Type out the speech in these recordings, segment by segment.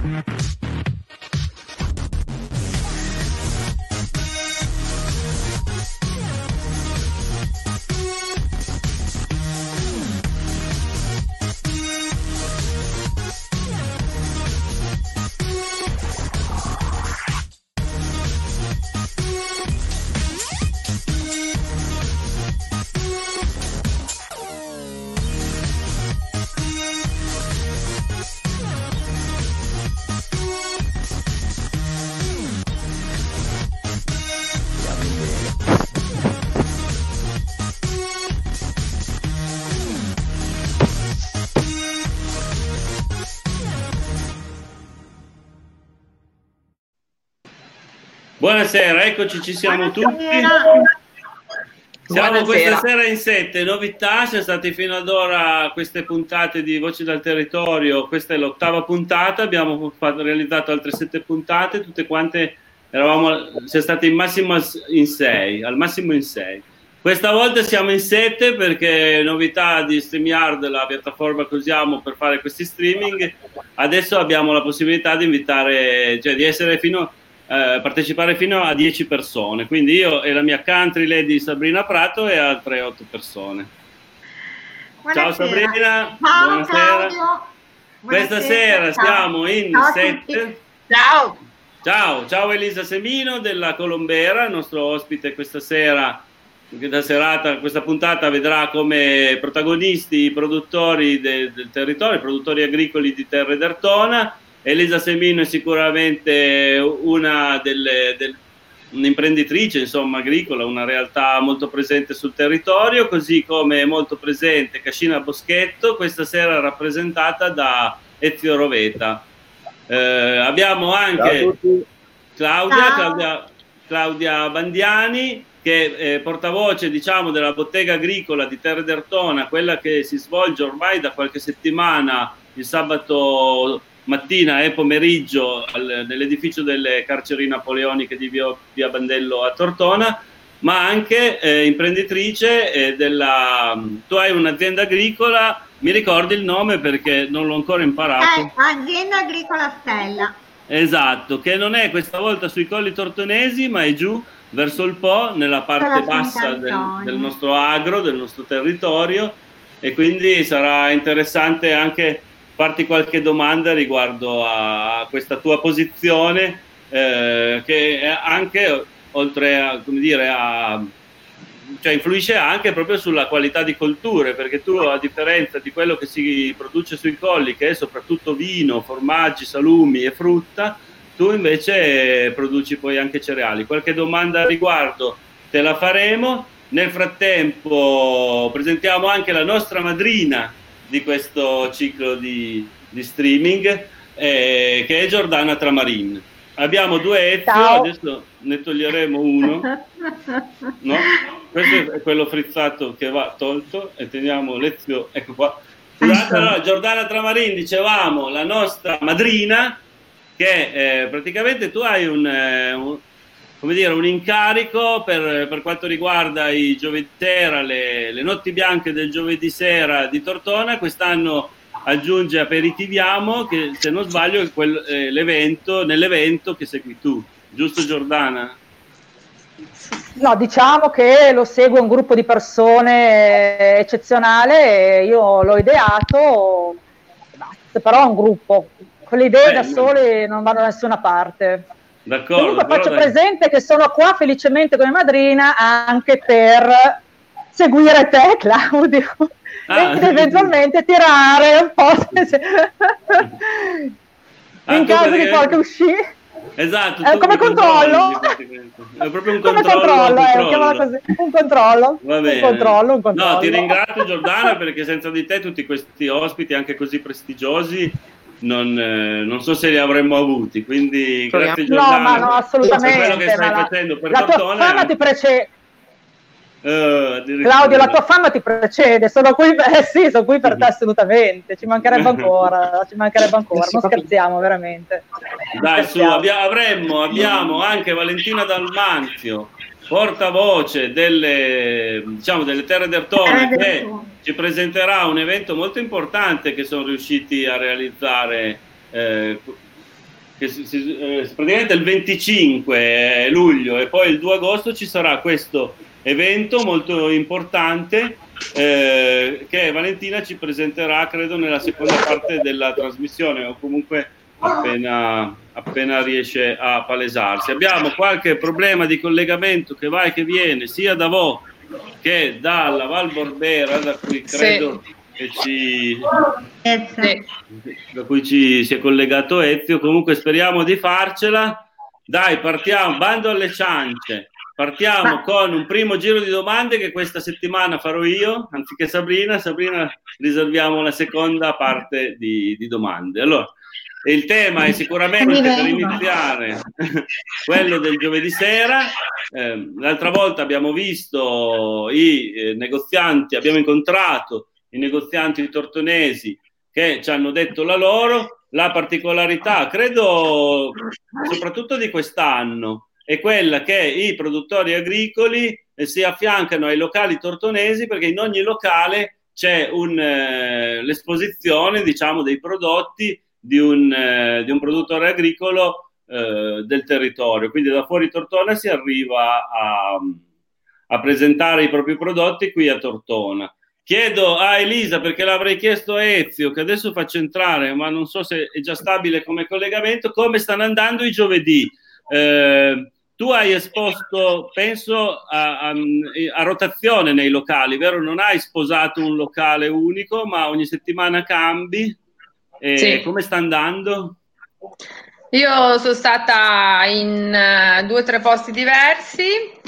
Buonasera, eccoci, ci siamo tutti. Siamo questa sera in 7, novità, sono state fino ad ora queste puntate di Voci dal Territorio, questa è l'8ª puntata, abbiamo realizzato altre 7 puntate, tutte quante siamo state al massimo in 6. Questa volta siamo in 7 perché novità di StreamYard, la piattaforma che usiamo per fare questi streaming, adesso abbiamo la possibilità di invitare, cioè di essere partecipare fino a 10 persone, quindi io e la mia country lady Sabrina Prato e altre 8 persone. Buonasera. Ciao Sabrina, ciao, buonasera. Claudio. Questa sera siamo in 7. Ciao Elisa Semino della Colombera, il nostro ospite questa sera. Questa puntata vedrà come protagonisti i produttori del territorio, i produttori agricoli di Terre d'Ertona. Elisa Semino è sicuramente un'imprenditrice, insomma, agricola, una realtà molto presente sul territorio, così come è molto presente Cascina Boschetto, questa sera rappresentata da Ezio Roveta. Abbiamo anche Claudia Bandiani, che è portavoce, diciamo, della bottega agricola di Terre d'Ertona, quella che si svolge ormai da qualche settimana il sabato mattina e pomeriggio nell'edificio delle carceri napoleoniche di via Bandello a Tortona, ma anche imprenditrice tu hai un'azienda agricola, mi ricordi il nome perché non l'ho ancora imparato? Azienda Agricola Stella. Esatto, che non è questa volta sui Colli Tortonesi, ma è giù verso il Po, nella parte bassa del nostro agro, del nostro territorio, e quindi sarà interessante anche farti qualche domanda riguardo a questa tua posizione, che è anche, oltre a, come dire, cioè influisce anche proprio sulla qualità di colture, perché tu, a differenza di quello che si produce sui colli, che è soprattutto vino, formaggi, salumi e frutta, tu invece produci poi anche cereali. Qualche domanda a riguardo te la faremo. Nel frattempo presentiamo anche la nostra madrina di questo ciclo di streaming, che è Giordana Tramarin. Abbiamo 2 Ezio, adesso ne toglieremo uno, no? Questo è quello frizzato che va tolto e teniamo l'Ezio, ecco qua. Allora, Giordana Tramarin, dicevamo, la nostra madrina, che praticamente tu hai un incarico per quanto riguarda i giovedì sera, le notti bianche del giovedì sera di Tortona. Quest'anno aggiunge Aperitiviamo, che se non sbaglio è nell'evento che segui tu, giusto Giordana? No, diciamo che lo segue un gruppo di persone eccezionale, io l'ho ideato, però è un gruppo, con le idee da sole non vanno da nessuna parte. D'accordo, comunque faccio presente che sono qua felicemente come madrina anche per seguire te, Claudio, ed eventualmente tirare un po' in caso di qualche uscita. Esatto, è come controllo. È proprio un controllo. Un controllo. Va bene. Un controllo. No, ti ringrazio Giordana, perché senza di te tutti questi ospiti anche così prestigiosi non so se li avremmo avuti, quindi grazie Giordana. No, assolutamente. Per quello che stai facendo per la Tortona. Tua fama ti precede. Claudio, la tua fama ti precede, sono qui per te assolutamente, ci mancherebbe ancora, non scherziamo veramente. Dai, abbiamo anche Valentina Dalmanzio, portavoce delle Terre d'Ertona, che ci presenterà un evento molto importante che sono riusciti a realizzare praticamente il 25 luglio e poi il 2 agosto ci sarà questo evento molto importante che Valentina ci presenterà, credo, nella seconda parte della trasmissione o comunque appena riesce a palesarsi. Abbiamo qualche problema di collegamento che va e che viene sia da Vo che dalla Val Borbera, da cui credo che da cui ci si è collegato Ezio. Comunque speriamo di farcela. Dai, partiamo, bando alle ciance. Partiamo con un primo giro di domande che questa settimana farò io, anziché Sabrina. Sabrina, risolviamo la seconda parte di domande. Allora, il tema è sicuramente, per iniziare, quello del giovedì sera. L'altra volta abbiamo visto i negozianti, abbiamo incontrato i negozianti tortonesi che ci hanno detto la loro. La particolarità, credo, soprattutto di quest'anno, è quella che i produttori agricoli si affiancano ai locali tortonesi, perché in ogni locale c'è l'esposizione, diciamo, dei prodotti di un produttore agricolo del territorio. Quindi da fuori Tortona si arriva a presentare i propri prodotti qui a Tortona. Chiedo a Elisa, perché l'avrei chiesto a Ezio, che adesso faccio entrare, ma non so se è già stabile come collegamento, come stanno andando i giovedì. Tu hai esposto, penso, a rotazione nei locali, vero? Non hai sposato un locale unico, ma ogni settimana cambi. Sì. Come sta andando? Io sono stata in 2 o 3 posti diversi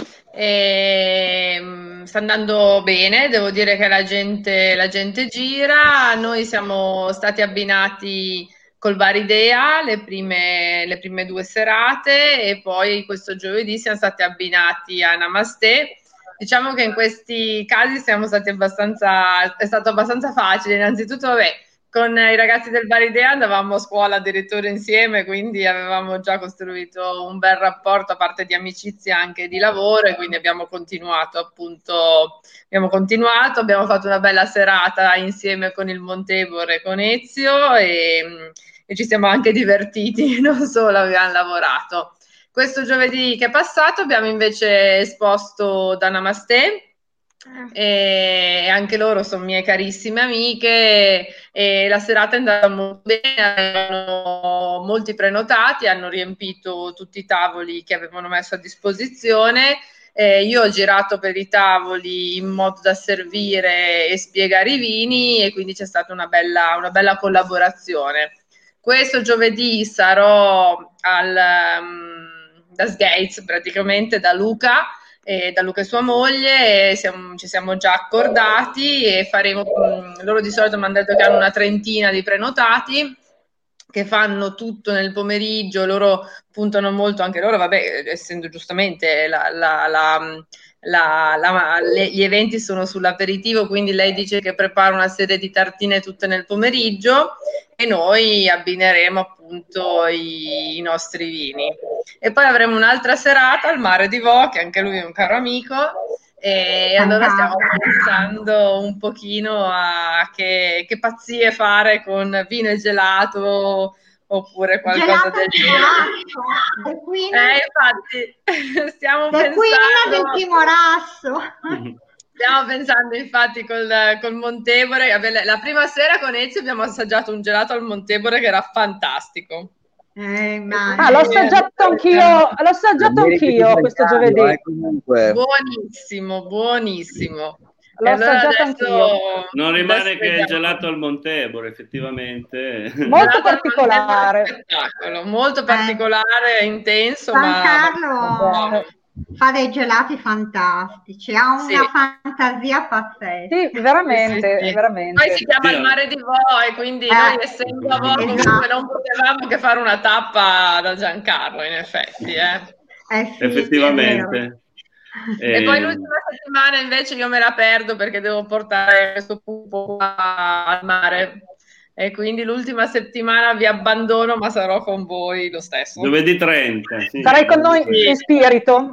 e sta andando bene, devo dire che la gente gira. Noi siamo stati abbinati col Baridea le prime 2 serate e poi questo giovedì siamo stati abbinati a Namaste. Diciamo che in questi casi è stato abbastanza facile. Innanzitutto, vabbè, con i ragazzi del Baridea andavamo a scuola addirittura insieme, quindi avevamo già costruito un bel rapporto, a parte di amicizia anche di lavoro, e quindi abbiamo continuato, abbiamo fatto una bella serata insieme con il Montevore e con Ezio e ci siamo anche divertiti, non solo abbiamo lavorato. Questo giovedì che è passato abbiamo invece esposto da Namaste, e anche loro sono mie carissime amiche e la serata è andata molto bene, avevano molti prenotati, hanno riempito tutti i tavoli che avevano messo a disposizione. Io ho girato per i tavoli in modo da servire e spiegare i vini e quindi c'è stata una bella collaborazione. Questo giovedì sarò da Sgates, praticamente da Luca e sua moglie, ci siamo già accordati e faremo, loro di solito mi hanno detto che hanno una 30 di prenotati che fanno tutto nel pomeriggio, loro puntano molto, anche loro, vabbè, essendo giustamente gli eventi sono sull'aperitivo, quindi lei dice che prepara una serie di tartine tutte nel pomeriggio e noi abbineremo appunto i nostri vini. E poi avremo un'altra serata al Mare di Vo, che anche lui è un caro amico, e allora stiamo pensando un pochino a che pazzie fare con vino e gelato oppure qualcosa del genere. Infatti stiamo pensando del Timorasso. Stiamo pensando infatti col Montevore. La prima sera con Ezio abbiamo assaggiato un gelato al Montevore che era fantastico. L'ho assaggiato anch'io questo giovedì. Buonissimo. L'ho assaggiato anch'io. Non rimane che il gelato al Montevore, effettivamente. Molto particolare. Molto particolare, intenso, Carlo fa dei gelati fantastici, ha una fantasia pazzesca. Sì, veramente. Poi si chiama il Mare di Vo e quindi noi, essendo a Vo, comunque non potevamo che fare una tappa da Giancarlo, in effetti. Sì, effettivamente. E poi l'ultima settimana invece io me la perdo perché devo portare questo pupo al mare. E quindi l'ultima settimana vi abbandono, ma sarò con voi lo stesso. Giovedì 30. Sì. Sarai con noi in spirito.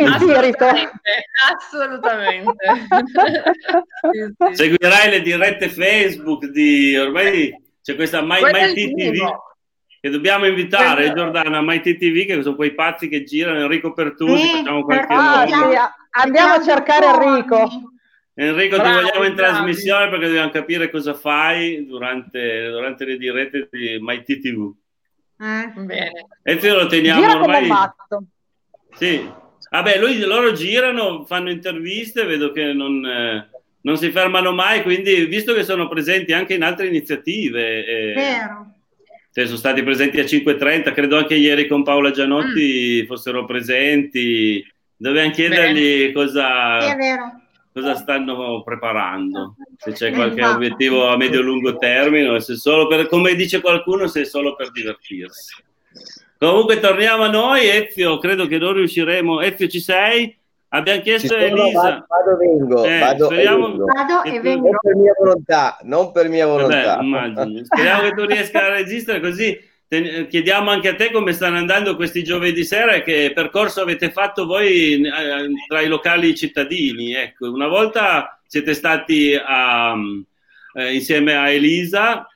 Assolutamente. Sì. Seguirai le dirette Facebook ormai c'è questa My TV. che dobbiamo invitare Giordana a Mighty TV, che sono quei pazzi che girano, Enrico Pertusi, facciamo qualche nome. Andiamo a cercare Enrico. Enrico, ti vogliamo in trasmissione perché dobbiamo capire cosa fai durante le dirette di Mighty TV. Bene. E te lo teniamo Gira ormai. come un matto. Sì. Vabbè, loro girano, fanno interviste, vedo che non si fermano mai, quindi visto che sono presenti anche in altre iniziative. Vero. Sono stati presenti a 5:30, credo anche ieri con Paola Gianotti fossero presenti. Dobbiamo chiedergli cosa stanno preparando, se c'è qualche obiettivo a medio-lungo termine, se solo per, come dice qualcuno, se è solo per divertirsi. Comunque torniamo a noi, Ezio, credo che non riusciremo. Ezio, ci sei? Abbiamo chiesto a Elisa. Vado e vengo. Non per mia volontà. Vabbè, immagino. Speriamo che tu riesca a registrare, così chiediamo anche a te come stanno andando questi giovedì sera e che percorso avete fatto voi tra i locali cittadini. Ecco, una volta siete stati insieme a Elisa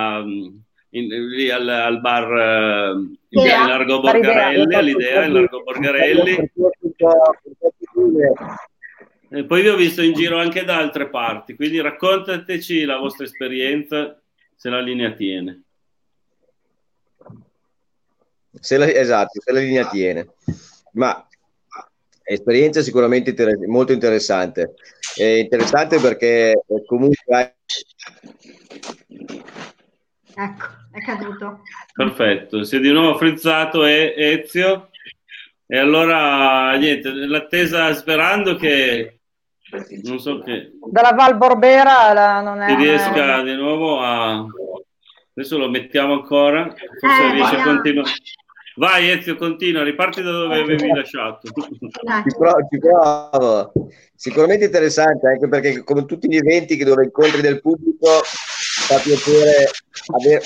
lì al bar in Largo Borgarelli, all'Idea in Largo Borgarelli. E poi vi ho visto in giro anche da altre parti, quindi raccontateci la vostra esperienza, se la linea tiene. Esatto, se la linea tiene. Ma esperienza sicuramente molto interessante. È interessante perché comunque ecco, è caduto. Perfetto, si è di nuovo frizzato Ezio. E allora niente, nell'attesa, sperando che non so che dalla Val Borbera non è, si riesca di nuovo a, adesso lo mettiamo ancora, forse riesce a continuare. Vai Ezio, continua, riparti da dove avevi lasciato. Ci provo. Sicuramente interessante, anche perché come tutti gli eventi dove incontri del pubblico fa piacere avere.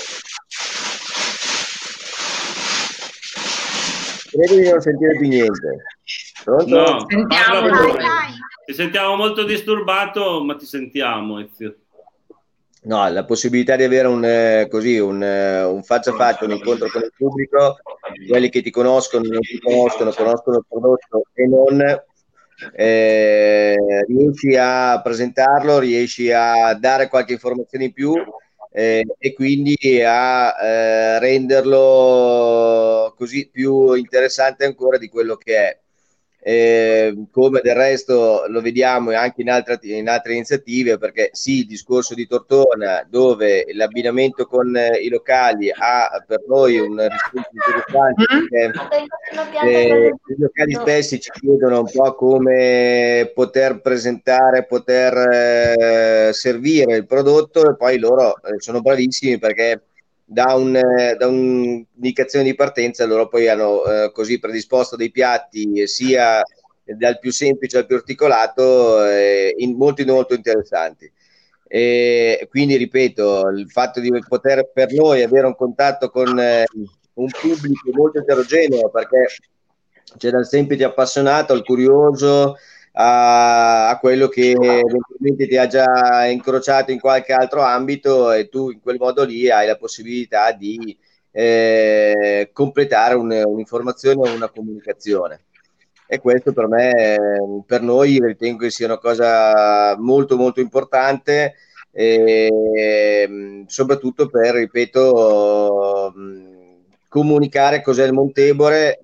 Credo di non sentire più niente. Pronto? No, sentiamo. Ti sentiamo molto disturbato, ma ti sentiamo, Ezio. No, la possibilità di avere un faccia a faccia, un incontro con il pubblico, quelli che ti conoscono, non ti conoscono il prodotto e non, riesci a presentarlo, riesci a dare qualche informazione in più e quindi a renderlo così più interessante ancora di quello che è. Come del resto lo vediamo anche in altre iniziative, perché sì, il discorso di Tortona, dove l'abbinamento con i locali ha per noi un riscontro interessante, perché i locali stessi ci chiedono un po' come poter presentare, poter servire il prodotto, e poi loro sono bravissimi perché da un'indicazione di partenza loro poi hanno così predisposto dei piatti sia dal più semplice al più articolato, molto molto interessanti. E quindi ripeto, il fatto di poter per noi avere un contatto con un pubblico molto eterogeneo, perché c'è dal semplice appassionato al curioso a quello che eventualmente ti ha già incrociato in qualche altro ambito, e tu in quel modo lì hai la possibilità di completare un'informazione o una comunicazione. E questo per noi ritengo che sia una cosa molto molto importante, soprattutto per, ripeto, comunicare cos'è il Montebore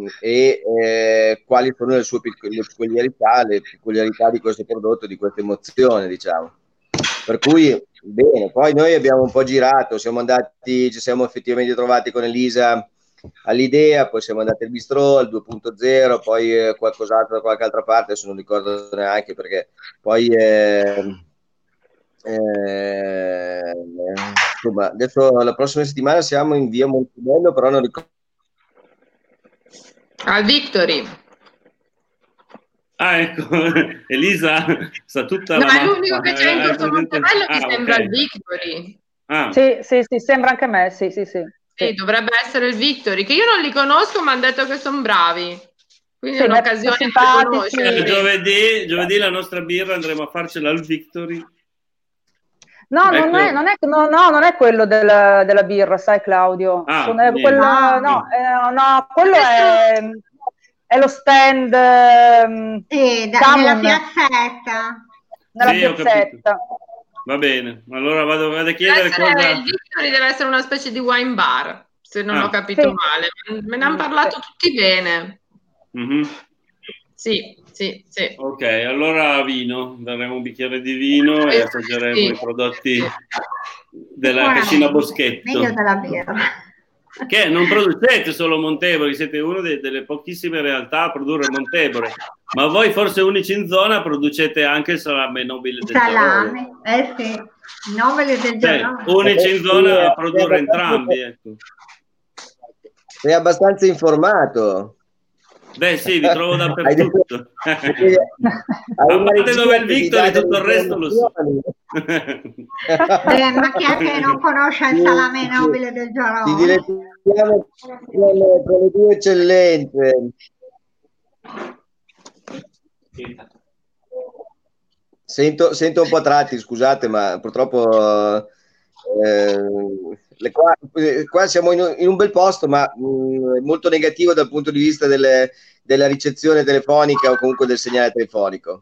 e quali sono le sue peculiarità di questo prodotto, di questa emozione, diciamo. Per cui bene, poi noi abbiamo un po' girato, ci siamo effettivamente trovati con Elisa all'Idea, poi siamo andati al Bistrò, al 2.0, poi qualcos'altro da qualche altra parte, adesso non ricordo neanche, perché poi insomma, adesso la prossima settimana siamo in via Montebello, però non ricordo. Al Victory. Ah, ecco, Elisa sa tutta no, la è l'unico che c'è in Corso Montebello, mi sembra okay. il Victory. Sì, sembra anche a me, sì. Sì, dovrebbe essere il Victory, che io non li conosco, ma hanno detto che sono bravi. Quindi è un'occasione per conoscerli. Giovedì la nostra birra andremo a farcela al Victory. No, Ecco. non è quello della birra, sai Claudio. Quello è lo stand nella Camon, piazzetta. nella Sì, ho piazzetta. Va bene, allora vado a chiedere cosa... Il Victory deve essere una specie di wine bar, se non ho capito Sì. male. Me ne hanno parlato tutti bene. Mhm. Sì. Ok, allora vino, daremo un bicchiere di vino e assaggeremo i prodotti della Cascina Boschetto. Meglio della birra. Che non producete solo Montevore, siete una delle pochissime realtà a produrre Montevore, ma voi forse unici in zona producete anche il salame nobile del Salame, sì, nobile del Giarone. Unici in zona a produrre entrambi, ecco. Sei abbastanza informato. Beh sì, vi trovo dappertutto. A parte dove è il Victory, tutto il resto lo so. Ma chi è che non conosce il salame nobile del Giarone? Ti dilettiamo con le tue eccellenze. Sento un po' tratti, scusate, ma purtroppo qua siamo in un bel posto, ma molto negativo dal punto di vista della ricezione telefonica o comunque del segnale telefonico.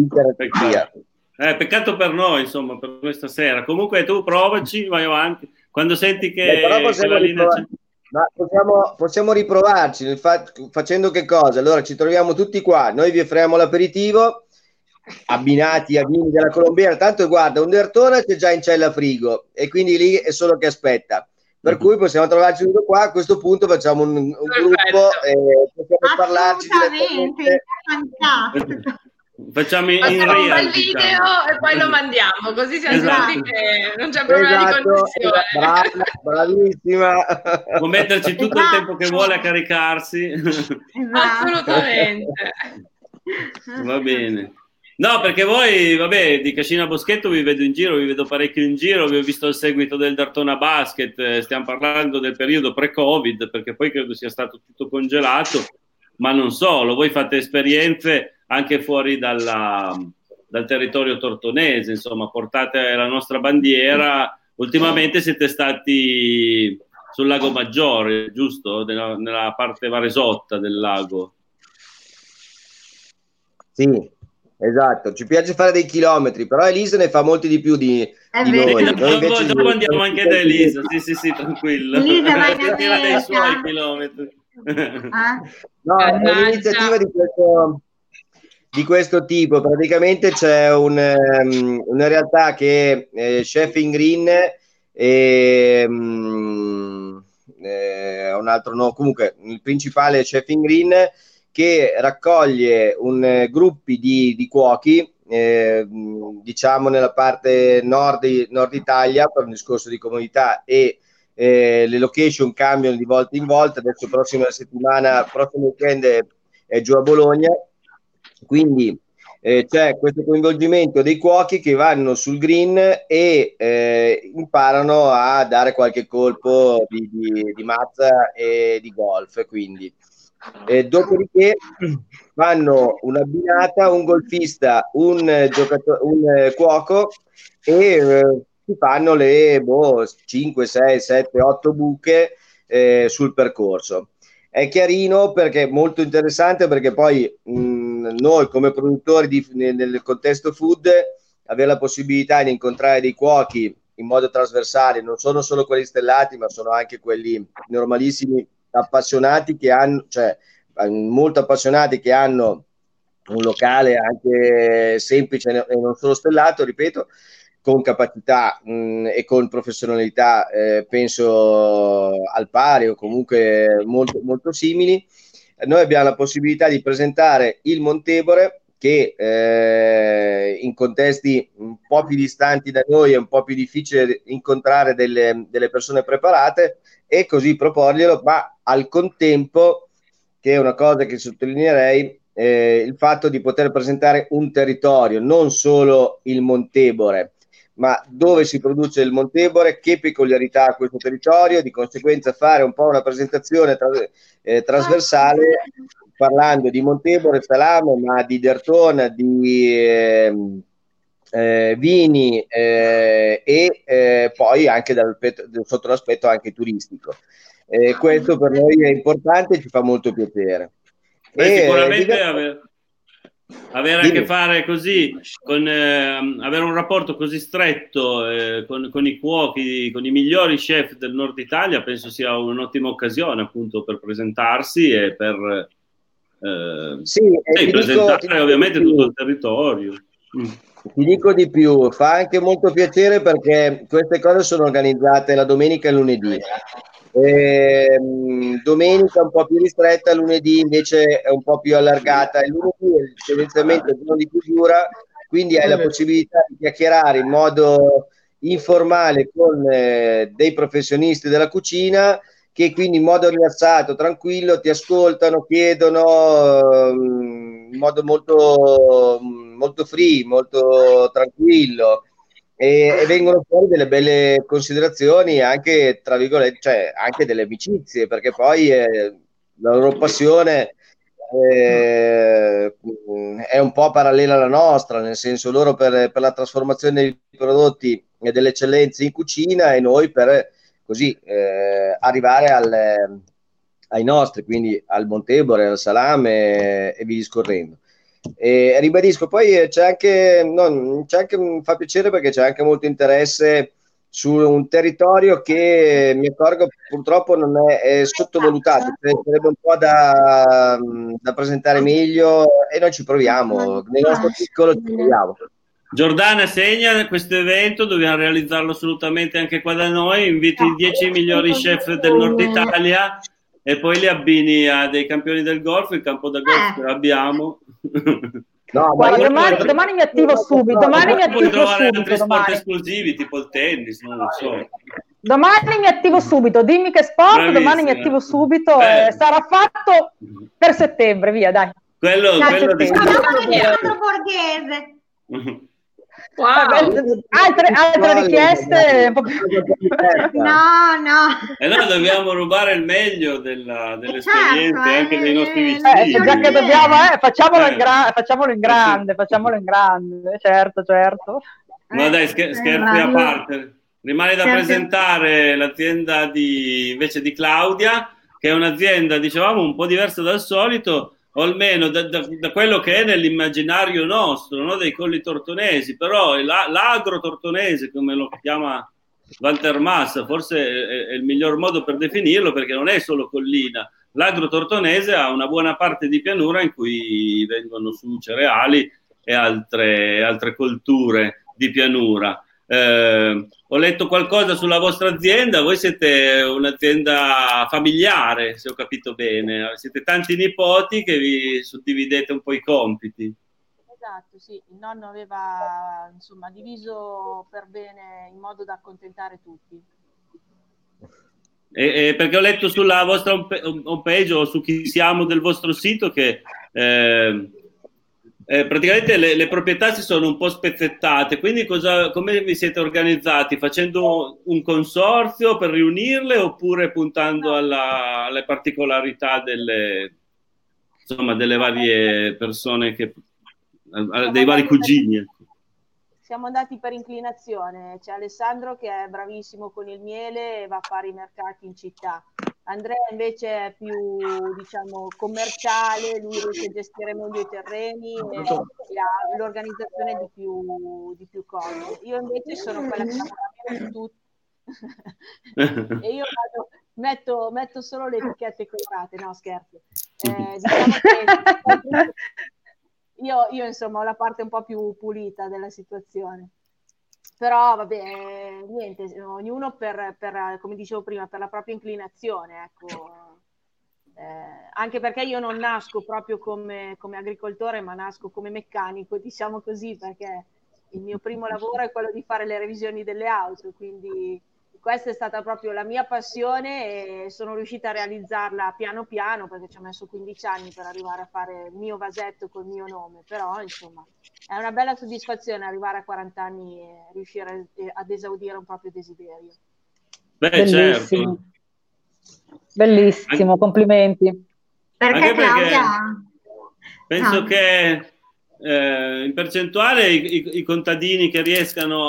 Peccato per noi, insomma, per questa sera. Comunque tu provaci, vai avanti. Quando senti che la linea c'è... Ma possiamo riprovarci, facendo che cosa? Allora ci troviamo tutti qua, noi vi offriamo l'aperitivo abbinati a vini della Colombiera, tanto guarda, un Dertona c'è già in cella frigo e quindi lì è solo che aspetta, per cui possiamo trovarci tutto qua. A questo punto facciamo un gruppo e possiamo parlarci direttamente. Fantastico. Facciamo un bel video e poi lo mandiamo, così siamo sicuri che non c'è problema di connessione. Bravissima. Può metterci tutto il tempo che vuole a caricarsi. Assolutamente. Va bene. No, perché voi, vabbè, di Cascina Boschetto vi vedo in giro, vi vedo parecchio in giro, vi ho visto il seguito del Dartona Basket, stiamo parlando del periodo pre-Covid, perché poi credo sia stato tutto congelato, ma non solo, voi fate esperienze anche fuori dal territorio tortonese, insomma, portate la nostra bandiera. Ultimamente siete stati sul Lago Maggiore, giusto? Nella parte varesotta del lago. Sì. Esatto, ci piace fare dei chilometri, però Elisa ne fa molti di più di noi. Dopo andiamo anche da Elisa, sì, tranquillo. Elisa vai tira dei suoi chilometri. No, è un'iniziativa di questo tipo. Praticamente c'è una realtà che è Chef in Green e un altro no, comunque il principale è Chef in Green, che raccoglie gruppi di cuochi, diciamo nella parte nord Italia, per un discorso di comodità, e le location cambiano di volta in volta. Adesso prossimo weekend è giù a Bologna, quindi c'è questo coinvolgimento dei cuochi che vanno sul green e imparano a dare qualche colpo di mazza e di golf, quindi dopodiché fanno un'abbinata, un golfista, un cuoco, e si fanno le 5, 6, 7, 8 buche sul percorso. È chiarino, perché è molto interessante, perché poi noi come produttori nel contesto food avere la possibilità di incontrare dei cuochi in modo trasversale, non sono solo quelli stellati, ma sono anche quelli normalissimi, appassionati, che hanno, cioè molto appassionati, che hanno un locale anche semplice e non solo stellato, ripeto, con capacità e con professionalità penso al pari o comunque molto, molto simili. Noi abbiamo la possibilità di presentare il Montevore, che in contesti un po' più distanti da noi è un po' più difficile incontrare delle persone preparate, e così proporglielo, ma al contempo, che è una cosa che sottolineerei, il fatto di poter presentare un territorio, non solo il Montevore, ma dove si produce il Montevore, che peculiarità ha questo territorio, di conseguenza fare un po' una presentazione trasversale, parlando di Montevore, salame, ma di Dertona, di vini e poi anche sotto l'aspetto anche turistico. Questo per noi è importante e ci fa molto piacere. Sicuramente avere a che fare così, avere un rapporto così stretto con i cuochi, con i migliori chef del nord Italia, penso sia un'ottima occasione appunto per presentarsi e per presentare ovviamente tutto il territorio. Ti dico di più, fa anche molto piacere perché queste cose sono organizzate la domenica e il lunedì. Domenica un po' più ristretta, lunedì invece è un po' più allargata. Il lunedì è tendenzialmente il giorno di chiusura, quindi hai la possibilità di chiacchierare in modo informale con dei professionisti della cucina che quindi in modo rilassato, tranquillo, ti ascoltano, chiedono in modo molto free, molto tranquillo. E vengono fuori delle belle considerazioni anche tra virgolette, cioè anche delle amicizie, perché poi la loro passione è un po' parallela alla nostra, nel senso loro per la trasformazione dei prodotti e delle eccellenze in cucina e noi per così arrivare ai nostri, quindi al Montebore, al salame e via discorrendo. E ribadisco, poi c'è anche, mi fa piacere perché c'è anche molto interesse su un territorio che mi accorgo purtroppo non è sottovalutato, sarebbe un po' da presentare meglio e noi ci proviamo, nel nostro piccolo ci proviamo. Giordana, segna questo evento, dobbiamo realizzarlo assolutamente anche qua da noi, inviti i 10 migliori chef del nord Italia e poi li abbini a dei campioni del golf, il campo da golf che abbiamo. No, domani mi attivo subito. Domani mi attivo trovare subito. Altri sport esclusivi tipo il tennis, non lo so. Domani mi attivo subito. Dimmi che sport. Bravissima. Domani mi attivo subito. Sarà fatto per settembre. Via, dai. Quello di Borghese. Wow. Altre richieste? No. E noi dobbiamo rubare il meglio dell'esperienza anche dei nostri vicini. Già che dobbiamo, facciamolo in grande, certo. Ma dai, scherzi a parte. Rimane da presentare l'azienda invece di Claudia, che è un'azienda, dicevamo, un po' diversa dal solito, o almeno da quello che è nell'immaginario nostro, no? Dei Colli Tortonesi, però l'agro tortonese, come lo chiama Walter Massa, forse è il miglior modo per definirlo, perché non è solo collina. L'agro tortonese ha una buona parte di pianura in cui vengono su cereali e altre colture di pianura. Ho letto qualcosa sulla vostra azienda, voi siete un'azienda familiare, se ho capito bene, siete tanti nipoti che vi suddividete un po' i compiti. Esatto, sì, il nonno aveva diviso per bene in modo da accontentare tutti. Perché ho letto sulla vostra homepage o su Chi Siamo del vostro sito che praticamente le proprietà si sono un po' spezzettate, quindi come vi siete organizzati? Facendo un consorzio per riunirle oppure puntando alle particolarità delle varie persone, dei vari cugini? Siamo andati per inclinazione, c'è Alessandro che è bravissimo con il miele e va a fare i mercati in città. Andrea invece è più, commerciale, lui riesce a gestire meglio i terreni e ha l'organizzazione di più cose. Io invece sono quella che lavora su tutto e io metto solo le etichette colorate, no scherzo. Diciamo che io ho la parte un po' più pulita della situazione. Però vabbè, niente, ognuno per come dicevo prima, per la propria inclinazione, ecco. Anche perché io non nasco proprio come agricoltore, ma nasco come meccanico, diciamo così, perché il mio primo lavoro è quello di fare le revisioni delle auto, quindi questa è stata proprio la mia passione e sono riuscita a realizzarla piano piano, perché ci ho messo 15 anni per arrivare a fare il mio vasetto col mio nome, però insomma è una bella soddisfazione arrivare a 40 anni e riuscire ad esaudire un proprio desiderio. Bellissimo. Certo. Bellissimo, complimenti. Perché Claudia? Penso che in percentuale i contadini che riescano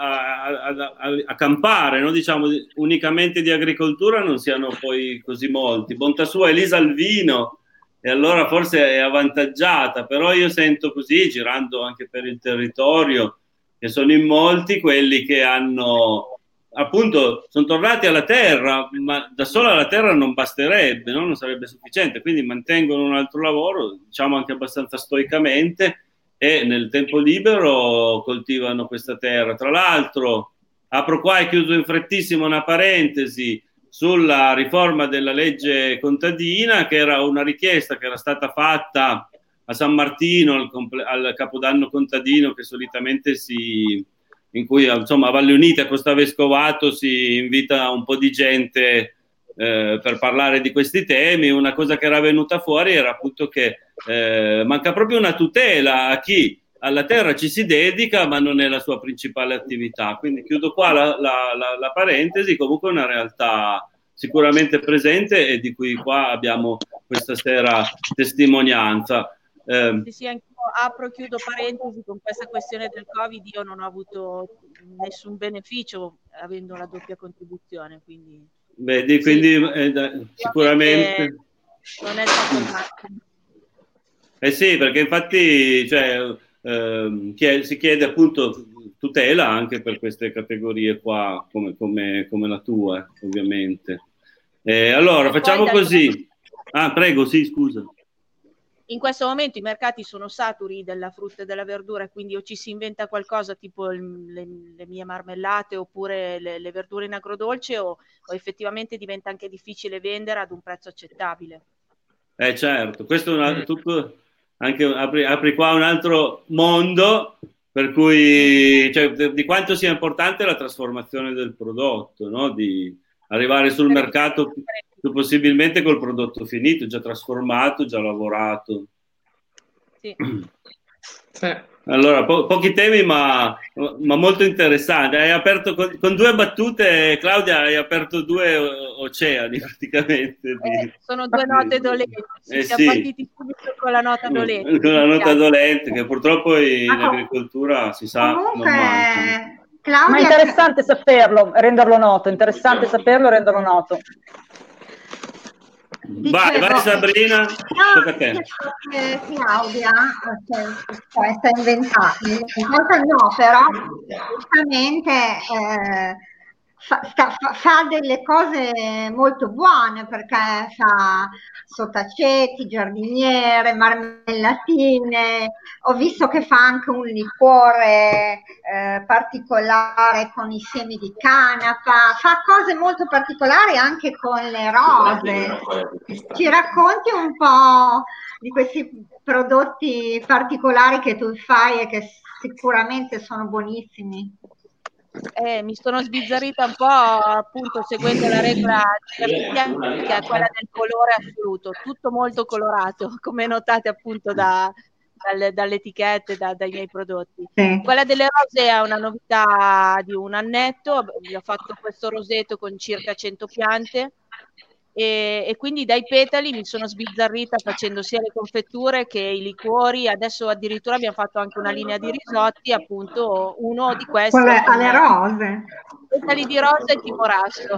a campare, no? Diciamo unicamente di agricoltura, non siano poi così molti. Bontà sua Elisa Alvino, e allora forse è avvantaggiata, però io sento così, girando anche per il territorio, che sono in molti quelli che hanno, appunto, sono tornati alla terra, ma da sola la terra non basterebbe, no? Non sarebbe sufficiente, quindi mantengono un altro lavoro, diciamo anche abbastanza stoicamente, e nel tempo libero coltivano questa terra. Tra l'altro, apro qua e chiuso in frettissimo una parentesi sulla riforma della legge contadina, che era una richiesta che era stata fatta a San Martino al Capodanno contadino, che solitamente in cui insomma a Valle Unita, a Costavescovato, si invita un po' di gente per parlare di questi temi. Una cosa che era venuta fuori era appunto che manca proprio una tutela a chi alla terra ci si dedica ma non è la sua principale attività. Quindi chiudo qua la parentesi. Comunque è una realtà sicuramente presente e di cui qua abbiamo questa sera testimonianza. Sì, anche apro e chiudo parentesi, con questa questione del Covid io non ho avuto nessun beneficio avendo la doppia contribuzione, quindi vedi, sì, quindi sicuramente non è stato sì, perché infatti si chiede appunto tutela anche per queste categorie qua come la tua, ovviamente. Allora facciamo così. Prego, sì, scusa. In questo momento i mercati sono saturi della frutta e della verdura, quindi o ci si inventa qualcosa tipo le mie marmellate oppure le verdure in agrodolce, o effettivamente diventa anche difficile vendere ad un prezzo accettabile. Certo, questo è tutto, anche apri qua un altro mondo, per cui di quanto sia importante la trasformazione del prodotto, no? Di arrivare sul mercato più possibilmente col prodotto finito, già trasformato, già lavorato. Sì. Allora, pochi temi ma molto interessanti. Hai aperto con due battute, Claudia, hai aperto due oceani praticamente. Sono due note dolenti, siamo partiti subito con la nota dolente. Con la nota dolente, che purtroppo in agricoltura si sa non manca. Claudia, ma è interessante saperlo, renderlo noto, interessante saperlo e renderlo noto. Vai Sabrina, tocca a te. Claudia sta inventando, no, però giustamente fa delle cose molto buone, perché fa sottaceti, giardiniere, marmellatine. Ho visto che fa anche un liquore particolare con i semi di canapa, fa cose molto particolari anche con le rose. Ci racconti un po' di questi prodotti particolari che tu fai e che sicuramente sono buonissimi? Mi sono sbizzarrita un po', appunto, seguendo la regola che è quella del colore assoluto, tutto molto colorato, come notate appunto dalle etichette, dai miei prodotti. Sì. Quella delle rose è una novità di un annetto, ho fatto questo roseto con circa 100 piante e quindi dai petali mi sono sbizzarrita facendo sia le confetture che i liquori. Adesso addirittura abbiamo fatto anche una linea di risotti, appunto uno di questi alle rose, petali di rosa e timorasto.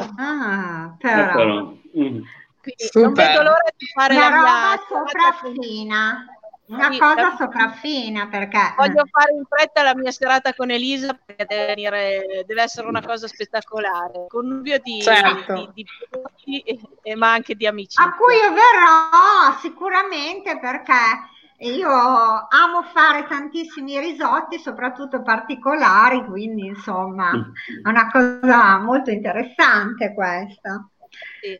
Però. Quindi non vedo l'ora di fare la mia sopraffina. Una cosa sopraffina, perché voglio fare in fretta la mia serata con Elisa, perché deve essere una cosa spettacolare, con un vio di prodotti ma anche di amici. A cui io verrò sicuramente, perché io amo fare tantissimi risotti, soprattutto particolari, quindi insomma è una cosa molto interessante questa. Sì.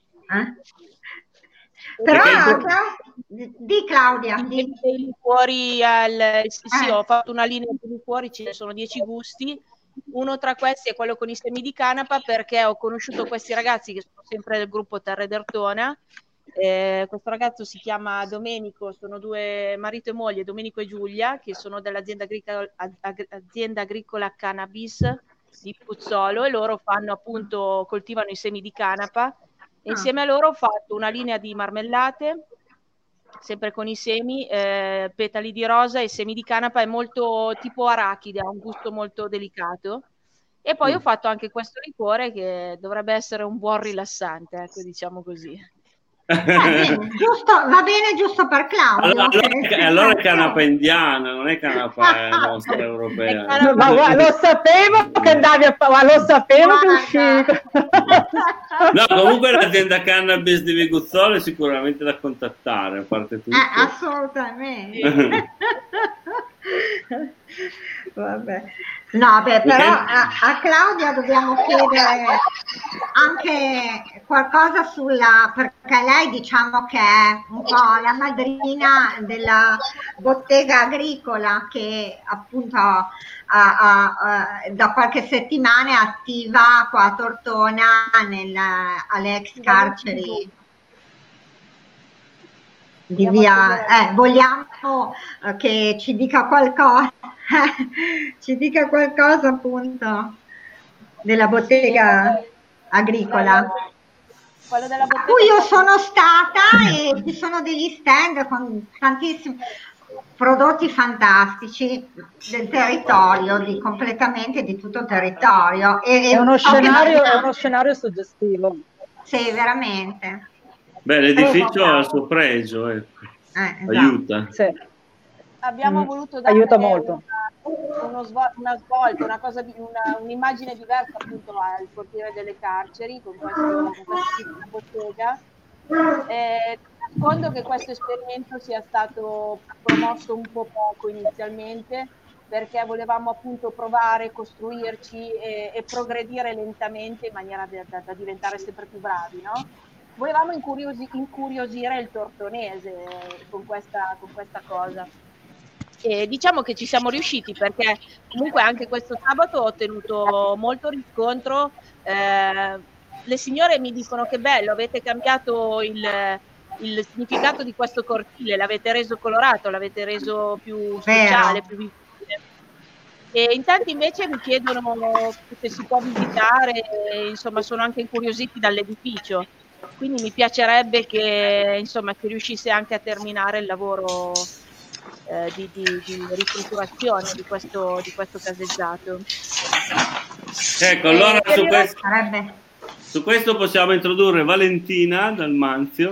Però di Claudia, dei liquori sì, ho fatto una linea di liquori, ce ne sono 10 gusti. Uno tra questi è quello con i semi di canapa, perché ho conosciuto questi ragazzi che sono sempre del gruppo Terre d'Ertona. Questo ragazzo si chiama Domenico, sono due marito e moglie, Domenico e Giulia, che sono dell'azienda agricola Cannabis di Puzzolo, e loro coltivano i semi di canapa. Insieme a loro ho fatto una linea di marmellate sempre con i semi, petali di rosa e semi di canapa, è molto tipo arachide, ha un gusto molto delicato. E poi ho fatto anche questo liquore che dovrebbe essere un buon rilassante, ecco, diciamo così. Va bene giusto per Claudio. Allora è canapa indiana, non è canapa nostra europea. Ma lo sapevo che andavi lo sapevo che uscivi. No, comunque l'azienda cannabis di Viguzzolo è sicuramente da contattare, a parte tutto. Assolutamente. Vabbè. No, beh, però a Claudia dobbiamo chiedere anche qualcosa perché lei diciamo che è un po' la madrina della bottega agricola che appunto da qualche settimana è attiva qua a Tortona alle ex carceri di via. Vogliamo che ci dica qualcosa appunto della bottega agricola a cui io sono stata, e ci sono degli stand con tantissimi prodotti fantastici del territorio, completamente di tutto il territorio. È uno scenario suggestivo. Sì, veramente. Beh, l'edificio ha il suo pregio, esatto. Aiuta. Sì. Abbiamo voluto dare aiuta molto. una svolta, un'immagine diversa appunto al cortile delle carceri con questa bottega. Nascondo che questo esperimento sia stato promosso un po' poco inizialmente, perché volevamo appunto provare, costruirci e progredire lentamente in maniera da diventare sempre più bravi, no? Volevamo incuriosire il tortonese con questa cosa. E diciamo che ci siamo riusciti, perché comunque anche questo sabato ho ottenuto molto riscontro. Le signore mi dicono che bello, avete cambiato il significato di questo cortile, l'avete reso colorato, l'avete reso più speciale, più visibile. E in tanti invece mi chiedono se si può visitare, insomma sono anche incuriositi dall'edificio. Quindi mi piacerebbe che insomma si riuscisse anche a terminare il lavoro di ristrutturazione di questo caseggiato. Ecco, allora su questo possiamo introdurre Valentina Dalmanzio.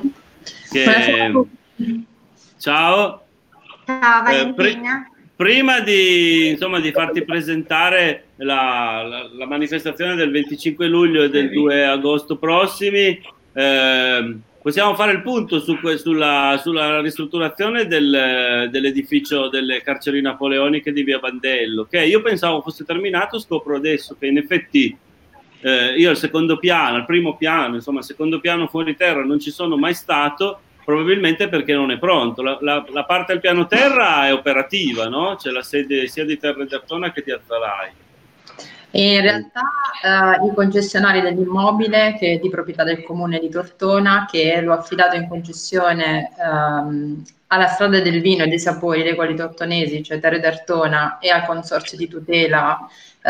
Ciao Valentina. Prima di farti presentare la manifestazione del 25 luglio e del 2 agosto prossimi, possiamo fare il punto sulla ristrutturazione dell'edificio delle carceri napoleoniche di via Bandello, che io pensavo fosse terminato. Scopro adesso che in effetti io il secondo piano, il primo piano, insomma il secondo piano fuori terra non ci sono mai stato, probabilmente perché non è pronto. La parte del piano terra è operativa, no? C'è la sede sia di Terre d'Artona che di Azzalai. In realtà i concessionari dell'immobile, che è di proprietà del comune di Tortona, che lo ha affidato in concessione alla Strada del Vino e dei Sapori dei Colli Tortonesi, cioè Terre d'Artona, e al consorzio di tutela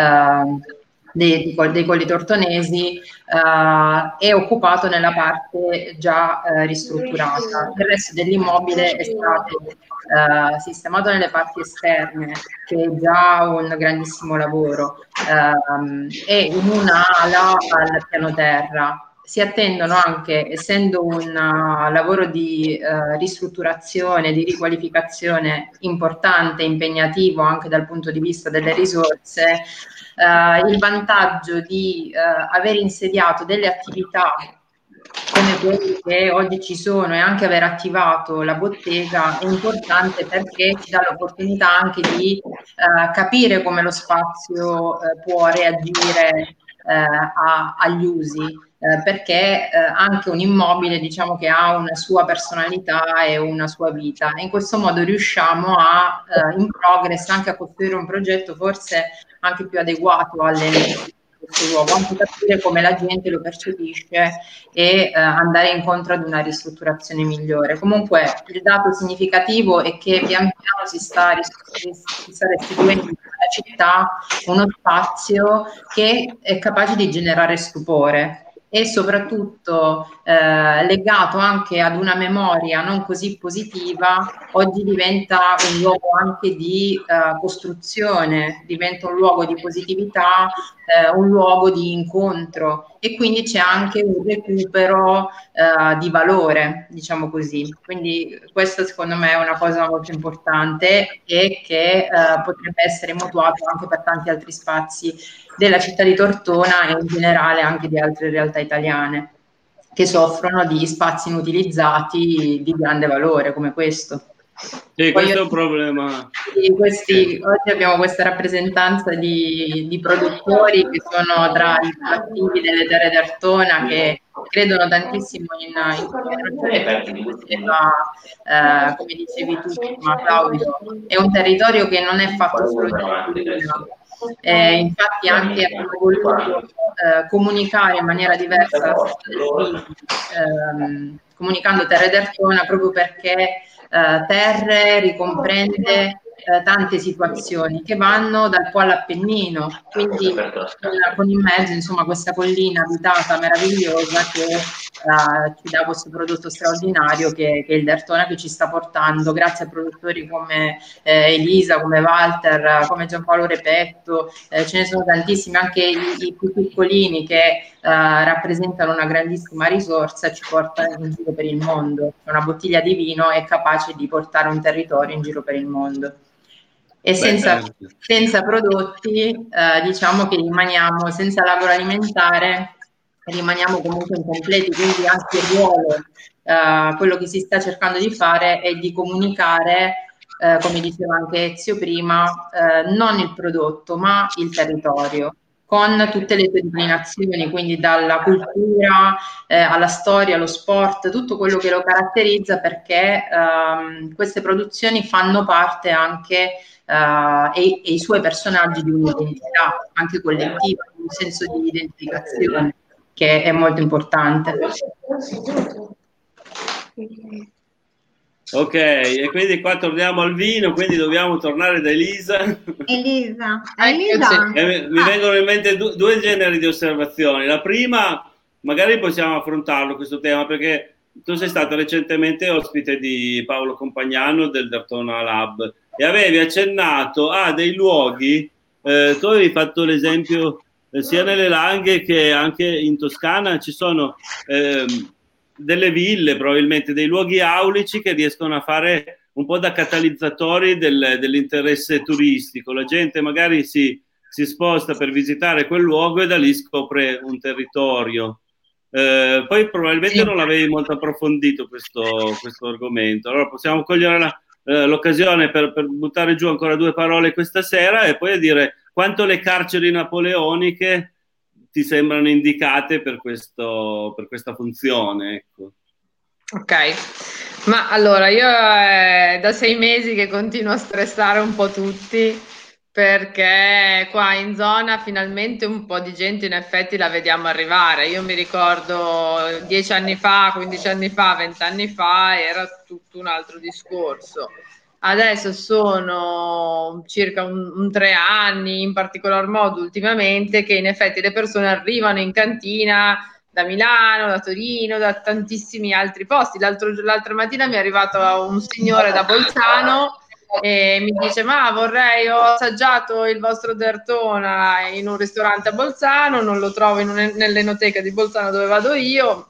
dei Colli Tortonesi, è occupato nella parte già ristrutturata. Il resto dell'immobile è stato sistemato nelle parti esterne, che è già un grandissimo lavoro, e in un'ala al piano terra. Si attendono anche, essendo un lavoro di ristrutturazione, di riqualificazione importante, impegnativo anche dal punto di vista delle risorse, il vantaggio di aver insediato delle attività come quelle che oggi ci sono e anche aver attivato la bottega è importante, perché ci dà l'opportunità anche di capire come lo spazio può reagire agli usi, perché anche un immobile, diciamo, che ha una sua personalità e una sua vita, e in questo modo riusciamo in progress anche a costruire un progetto forse anche più adeguato alle necessità di questo luogo, anche capire come la gente lo percepisce e andare incontro ad una ristrutturazione migliore. Comunque il dato significativo è che pian piano si sta restituendo alla città uno spazio che è capace di generare stupore, e soprattutto legato anche ad una memoria non così positiva, oggi diventa un luogo anche di costruzione, diventa un luogo di positività, un luogo di incontro, e quindi c'è anche un recupero di valore, diciamo così. Quindi questo secondo me è una cosa molto importante e che potrebbe essere mutuato anche per tanti altri spazi della città di Tortona e in generale anche di altre realtà italiane che soffrono di spazi inutilizzati di grande valore come questo. Sì, questo è un problema. Oggi abbiamo questa rappresentanza di produttori che sono tra i più attivi delle terre d'Artona, che credono tantissimo in come dicevi tu prima, Claudio, è un territorio che non è fatto solo di infatti anche abbiamo voluto comunicare in maniera diversa comunicando Terre d'Artona, proprio perché Terre ricomprende tante situazioni che vanno dal Po all'Appennino, quindi con in mezzo insomma questa collina abitata meravigliosa che ci dà questo prodotto straordinario che è il D'Artona, che ci sta portando grazie a produttori come Elisa, come Walter, come Giampaolo Repetto, ce ne sono tantissimi, anche i più piccolini che rappresentano una grandissima risorsa, ci portano in giro per il mondo. Una bottiglia di vino è capace di portare un territorio in giro per il mondo. E senza prodotti diciamo che rimaniamo senza l'agroalimentare, rimaniamo comunque incompleti, quindi anche il ruolo, quello che si sta cercando di fare è di comunicare, come diceva anche Ezio prima, non il prodotto ma il territorio, con tutte le sue declinazioni, quindi dalla cultura alla storia, allo sport, tutto quello che lo caratterizza, perché queste produzioni fanno parte anche e i suoi personaggi di un'identità anche collettiva, un senso di identificazione che è molto importante. Ok, e quindi qua torniamo al vino, quindi dobbiamo tornare da Elisa. Elisa. Mi vengono in mente due generi di osservazioni. La prima, magari possiamo affrontarlo questo tema, perché tu sei stata recentemente ospite di Paolo Compagnano del D'Artona Lab e avevi accennato a dei luoghi, tu avevi fatto l'esempio sia nelle Langhe che anche in Toscana ci sono delle ville, probabilmente dei luoghi aulici che riescono a fare un po' da catalizzatori dell'interesse turistico. La gente magari si sposta per visitare quel luogo e da lì scopre un territorio. Poi probabilmente non l'avevi molto approfondito questo argomento, allora possiamo cogliere l'occasione per buttare giù ancora due parole questa sera e poi a dire quanto le carceri napoleoniche ti sembrano indicate per questa funzione, ecco. Ok, ma allora io è da 6 mesi che continuo a stressare un po' tutti, perché qua in zona finalmente un po' di gente in effetti la vediamo arrivare. Io mi ricordo 10 anni fa, 15 anni fa, 20 anni fa era tutto un altro discorso. Adesso sono circa un 3 anni, in particolar modo ultimamente, che in effetti le persone arrivano in cantina da Milano, da Torino, da tantissimi altri posti. L'altra mattina mi è arrivato un signore da Bolzano e mi dice: ma ho assaggiato il vostro D'Artona in un ristorante a Bolzano, non lo trovo nell'enoteca di Bolzano dove vado io.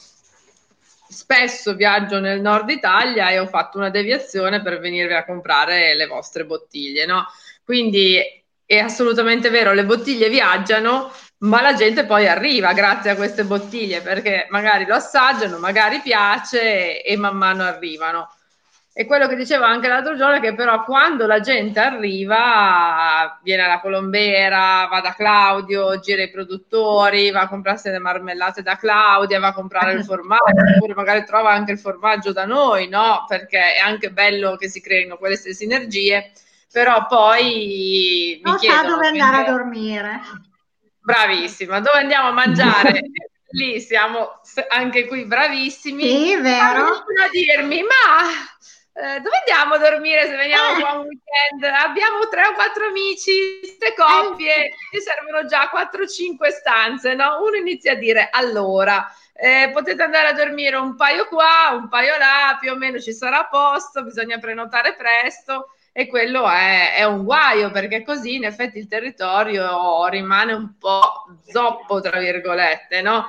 Spesso viaggio nel nord Italia e ho fatto una deviazione per venirvi a comprare le vostre bottiglie, no? Quindi è assolutamente vero, le bottiglie viaggiano, ma la gente poi arriva grazie a queste bottiglie, perché magari lo assaggiano, magari piace e man mano arrivano. E quello che diceva anche l'altro giorno è che però quando la gente arriva, viene alla Colombera, va da Claudio, gira i produttori, va a comprarsi le marmellate da Claudia, va a comprare il formaggio, oppure magari trova anche il formaggio da noi, no? Perché è anche bello che si creino queste sinergie, però poi non sa dove andare a dormire. Bravissima, dove andiamo a mangiare? Lì siamo anche qui bravissimi. Sì, vero. A dirmi, ma dove andiamo a dormire se veniamo qua un weekend? Abbiamo 3 o 4 amici, 3 coppie, ci servono già 4-5 stanze, no? Uno inizia a dire, allora, potete andare a dormire un paio qua, un paio là, più o meno ci sarà a posto, bisogna prenotare presto. E quello è un guaio, perché così in effetti il territorio rimane un po' zoppo, tra virgolette, no?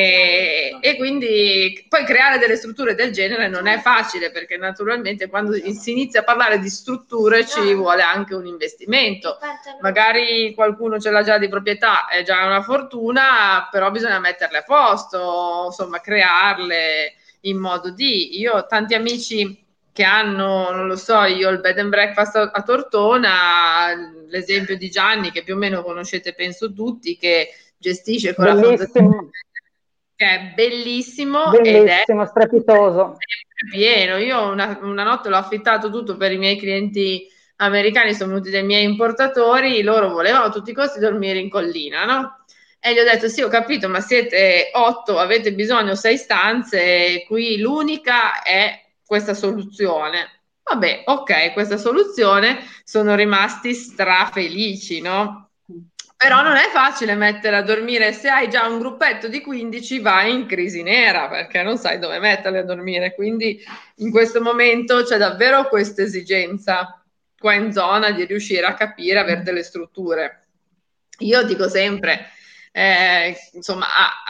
E quindi poi creare delle strutture del genere non è facile, perché naturalmente quando si inizia a parlare di strutture ci vuole anche un investimento. Magari qualcuno ce l'ha già di proprietà, è già una fortuna, però bisogna metterle a posto, insomma, crearle in modo di... Io ho tanti amici che hanno, non lo so, io il bed and breakfast a Tortona, l'esempio di Gianni che più o meno conoscete penso tutti, che gestisce con la fondazione, che è bellissimo ed è strepitoso, pieno. Io una notte l'ho affittato tutto per i miei clienti americani, sono venuti dei miei importatori, loro volevano a tutti i costi dormire in collina, no? E gli ho detto sì, ho capito, ma siete 8, avete bisogno 6 stanze, qui l'unica è questa soluzione. Vabbè, ok, questa soluzione, sono rimasti strafelici, no? Però non è facile mettere a dormire, se hai già un gruppetto di 15 vai in crisi nera, perché non sai dove metterli a dormire, quindi in questo momento c'è davvero questa esigenza qua in zona di riuscire a capire, avere delle strutture. Io dico sempre, insomma,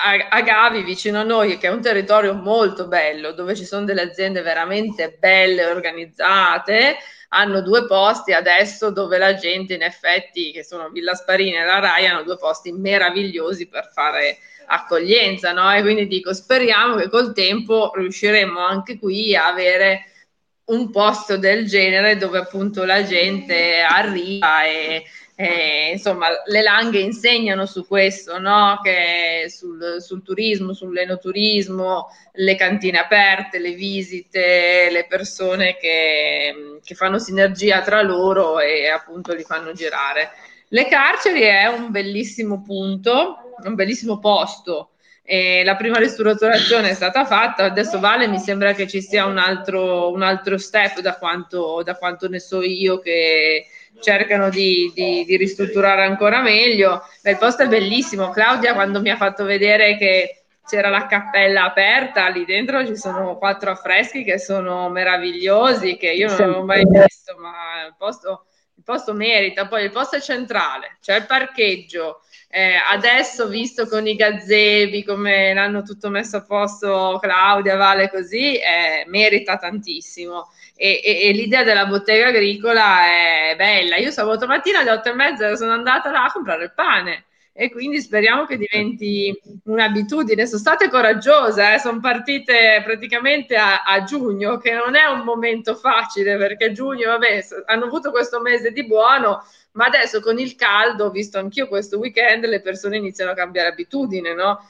a Gavi, vicino a noi, che è un territorio molto bello, dove ci sono delle aziende veramente belle, organizzate, hanno 2 posti adesso dove la gente, in effetti, che sono Villa Sparini e la Rai, hanno 2 posti meravigliosi per fare accoglienza, no? E quindi dico, speriamo che col tempo riusciremo anche qui a avere un posto del genere dove appunto la gente arriva e insomma le langhe insegnano su questo, no? Che sul turismo, sull'enoturismo, le cantine aperte, le visite, le persone che fanno sinergia tra loro e appunto li fanno girare. Le carceri è un bellissimo punto, un bellissimo posto. La prima ristrutturazione è stata fatta, adesso Vale mi sembra che ci sia un altro step da quanto ne so io, che cercano di ristrutturare ancora meglio. Il posto è bellissimo. Claudia quando mi ha fatto vedere che c'era la cappella aperta, lì dentro ci sono 4 affreschi che sono meravigliosi, che io non ho mai visto, ma il posto merita. Poi il posto è centrale, c'è il parcheggio. Adesso visto con i gazebi come l'hanno tutto messo a posto Claudia, Vale, così merita tantissimo e l'idea della bottega agricola è bella. Io sabato mattina alle 8:30 sono andata là a comprare il pane e quindi speriamo che diventi un'abitudine. Sono state coraggiose, sono partite praticamente a giugno, che non è un momento facile, perché giugno, vabbè, hanno avuto questo mese di buono, ma adesso con il caldo, ho visto anch'io questo weekend, le persone iniziano a cambiare abitudine, no?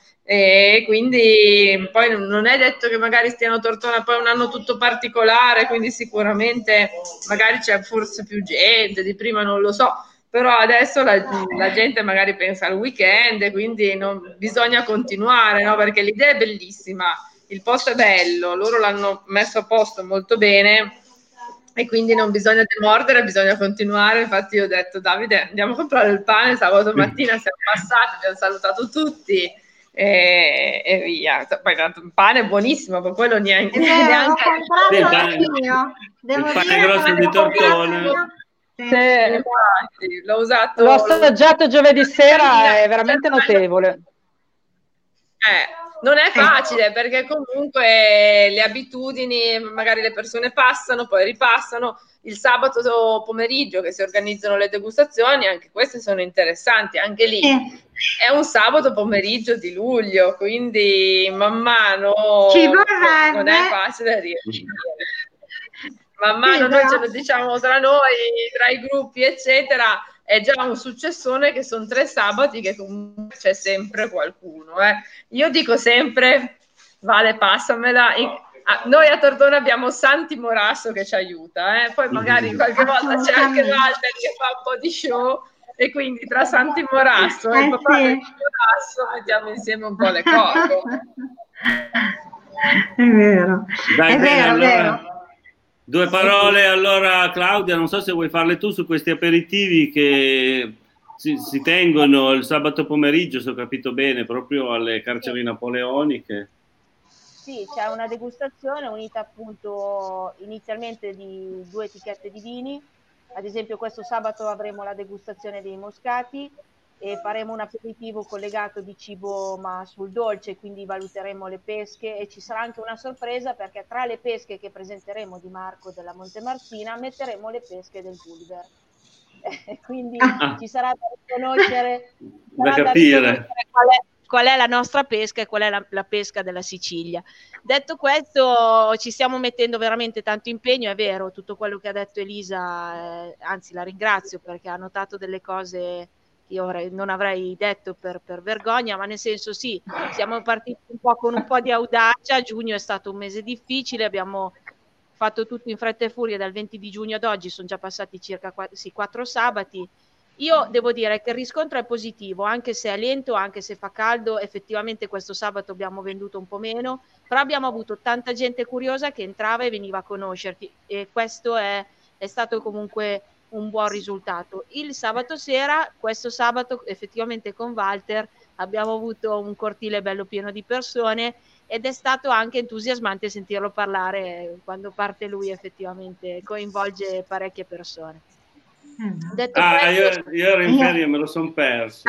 E quindi poi non è detto che magari stiano a Tortona poi un anno tutto particolare, quindi sicuramente magari c'è forse più gente, di prima non lo so, però adesso la gente magari pensa al weekend, quindi bisogna continuare, no? Perché l'idea è bellissima, il posto è bello, loro l'hanno messo a posto molto bene e quindi non bisogna demordere, bisogna continuare. Infatti io ho detto Davide andiamo a comprare il pane, sabato mattina siamo passati, abbiamo salutato tutti e via. Poi il pane è buonissimo, ma quello neanche ho comprato anch'io, il pane grosso di Tortona. Sì. L'ho usato, l'ho assaggiato giovedì sera, è veramente notevole. Non è facile perché comunque le abitudini, magari le persone passano, poi ripassano. Il sabato pomeriggio che si organizzano le degustazioni, anche queste sono interessanti, anche lì è un sabato pomeriggio di luglio, quindi man mano non è facile riuscire. Man mano noi ce lo diciamo tra noi, tra i gruppi eccetera, è già un successone che sono 3 sabati che comunque c'è sempre qualcuno. Io dico sempre, Vale, passamela. Noi a Tortona abbiamo Santi Morasso che ci aiuta, poi magari qualche volta c'è anche Walter che fa un po' di show e quindi tra Santi Morasso e il papà di Morasso mettiamo insieme un po' le cose. È vero, Dai, è vero, allora, vero. Due parole allora, Claudia, non so se vuoi farle tu su questi aperitivi che si tengono il sabato pomeriggio, se ho capito bene, proprio alle carceri napoleoniche. Sì, c'è una degustazione unita appunto inizialmente di 2 etichette di vini. Ad esempio questo sabato avremo la degustazione dei moscati e faremo un aperitivo collegato di cibo ma sul dolce, quindi valuteremo le pesche e ci sarà anche una sorpresa perché tra le pesche che presenteremo di Marco della Montemartina metteremo le pesche del Gulliver. Quindi ci sarà da riconoscere, da capire qual è la nostra pesca e qual è la pesca della Sicilia. Detto questo, ci stiamo mettendo veramente tanto impegno, è vero, tutto quello che ha detto Elisa, anzi la ringrazio perché ha notato delle cose che io non avrei detto per vergogna, ma nel senso sì, siamo partiti un po' con un po' di audacia, giugno è stato un mese difficile, abbiamo fatto tutto in fretta e furia dal 20 di giugno ad oggi, sono già passati circa 4 sabati. Io devo dire che il riscontro è positivo, anche se è lento, anche se fa caldo, effettivamente questo sabato abbiamo venduto un po' meno, però abbiamo avuto tanta gente curiosa che entrava e veniva a conoscerti e questo è stato comunque un buon risultato. Il sabato sera, questo sabato effettivamente con Walter abbiamo avuto un cortile bello pieno di persone ed è stato anche entusiasmante sentirlo parlare quando parte lui, effettivamente coinvolge parecchie persone. Detto questo, io ero in ferie e me lo sono perso.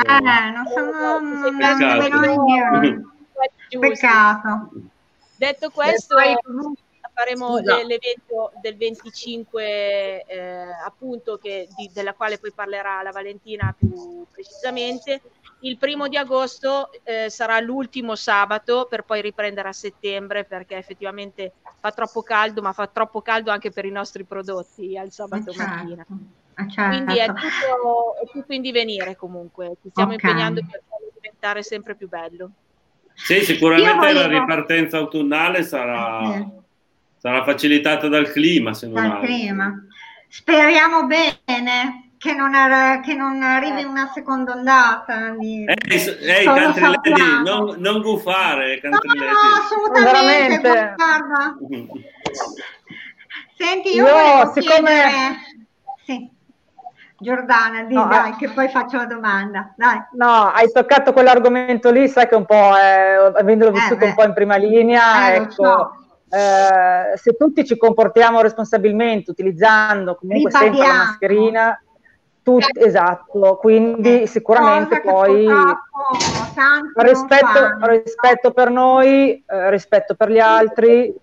Peccato. Detto questo, faremo l'evento del 25 appunto della quale poi parlerà la Valentina più precisamente. Il 1° di agosto sarà l'ultimo sabato per poi riprendere a settembre perché effettivamente fa troppo caldo, ma fa troppo caldo anche per i nostri prodotti al sabato mattina. Quindi è tutto in divenire comunque, ci stiamo impegnando per farlo diventare sempre più bello. Sì, sicuramente la ripartenza autunnale sarà facilitata dal clima, se non altro. Speriamo bene che non arrivi una seconda ondata. Cantrilletti, non gufare, Cantrilletti. No, assolutamente, guarda. Senti, io volevo chiedere... Sì. Giordana, dai, che poi faccio la domanda. Dai. No, hai toccato quell'argomento lì, sai che un po', avendolo vissuto un po' in prima linea, ecco, se tutti ci comportiamo responsabilmente, utilizzando comunque sempre la mascherina, esatto, quindi sicuramente poi rispetto per noi, rispetto per gli altri,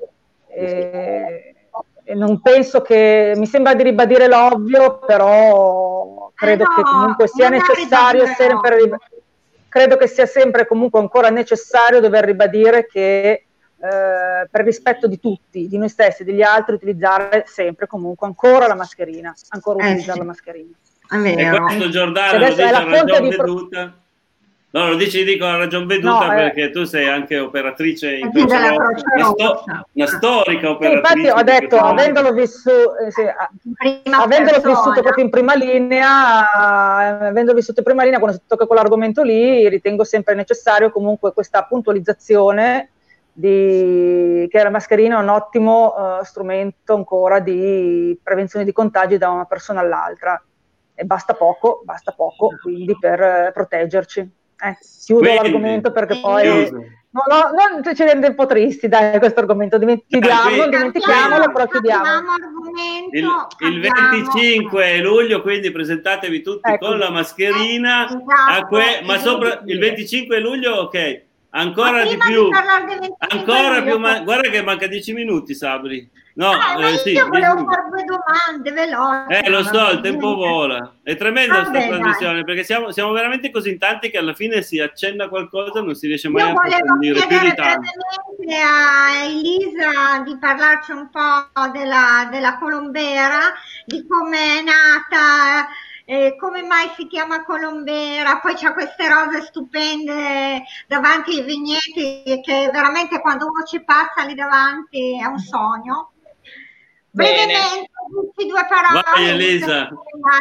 non penso che, mi sembra di ribadire l'ovvio, però credo che comunque sia necessario credo che sia sempre comunque ancora necessario dover ribadire che per rispetto di tutti, di noi stessi e degli altri, utilizzare sempre comunque ancora la mascherina, utilizzare la mascherina. E questo Giordano lo dice a ragion veduta. No, lo dico a ragion veduta perché tu sei anche operatrice in una storica operatrice. Sì, infatti ho detto, avendolo vissuto proprio in prima linea, quando si tocca quell'argomento lì, ritengo sempre necessario comunque questa puntualizzazione che la mascherina è un ottimo strumento ancora di prevenzione di contagi da una persona all'altra. E basta poco quindi per proteggerci. Chiudo l'argomento perché poi non ci rende un po' tristi, dai, questo argomento. Non dimentichiamolo, però chiudiamo. Il 25 luglio, quindi presentatevi tutti con la mascherina, ma sopra il 25 luglio, ok, ancora di più, guarda che manca 10 minuti, Sabri. No, io volevo fare 2 domande veloci. Lo so, il tempo vola. È tremenda questa trasmissione, perché siamo veramente così in tanti che alla fine si accenna qualcosa e non si riesce mai a approfondire più di tanto. Brevemente a Elisa di parlarci un po' della Colombera, di come è nata, come mai si chiama Colombera, poi c'ha queste rose stupende davanti ai vigneti che veramente quando uno ci passa lì davanti è un sogno. Brevemente, 2 parole. Vai Elisa.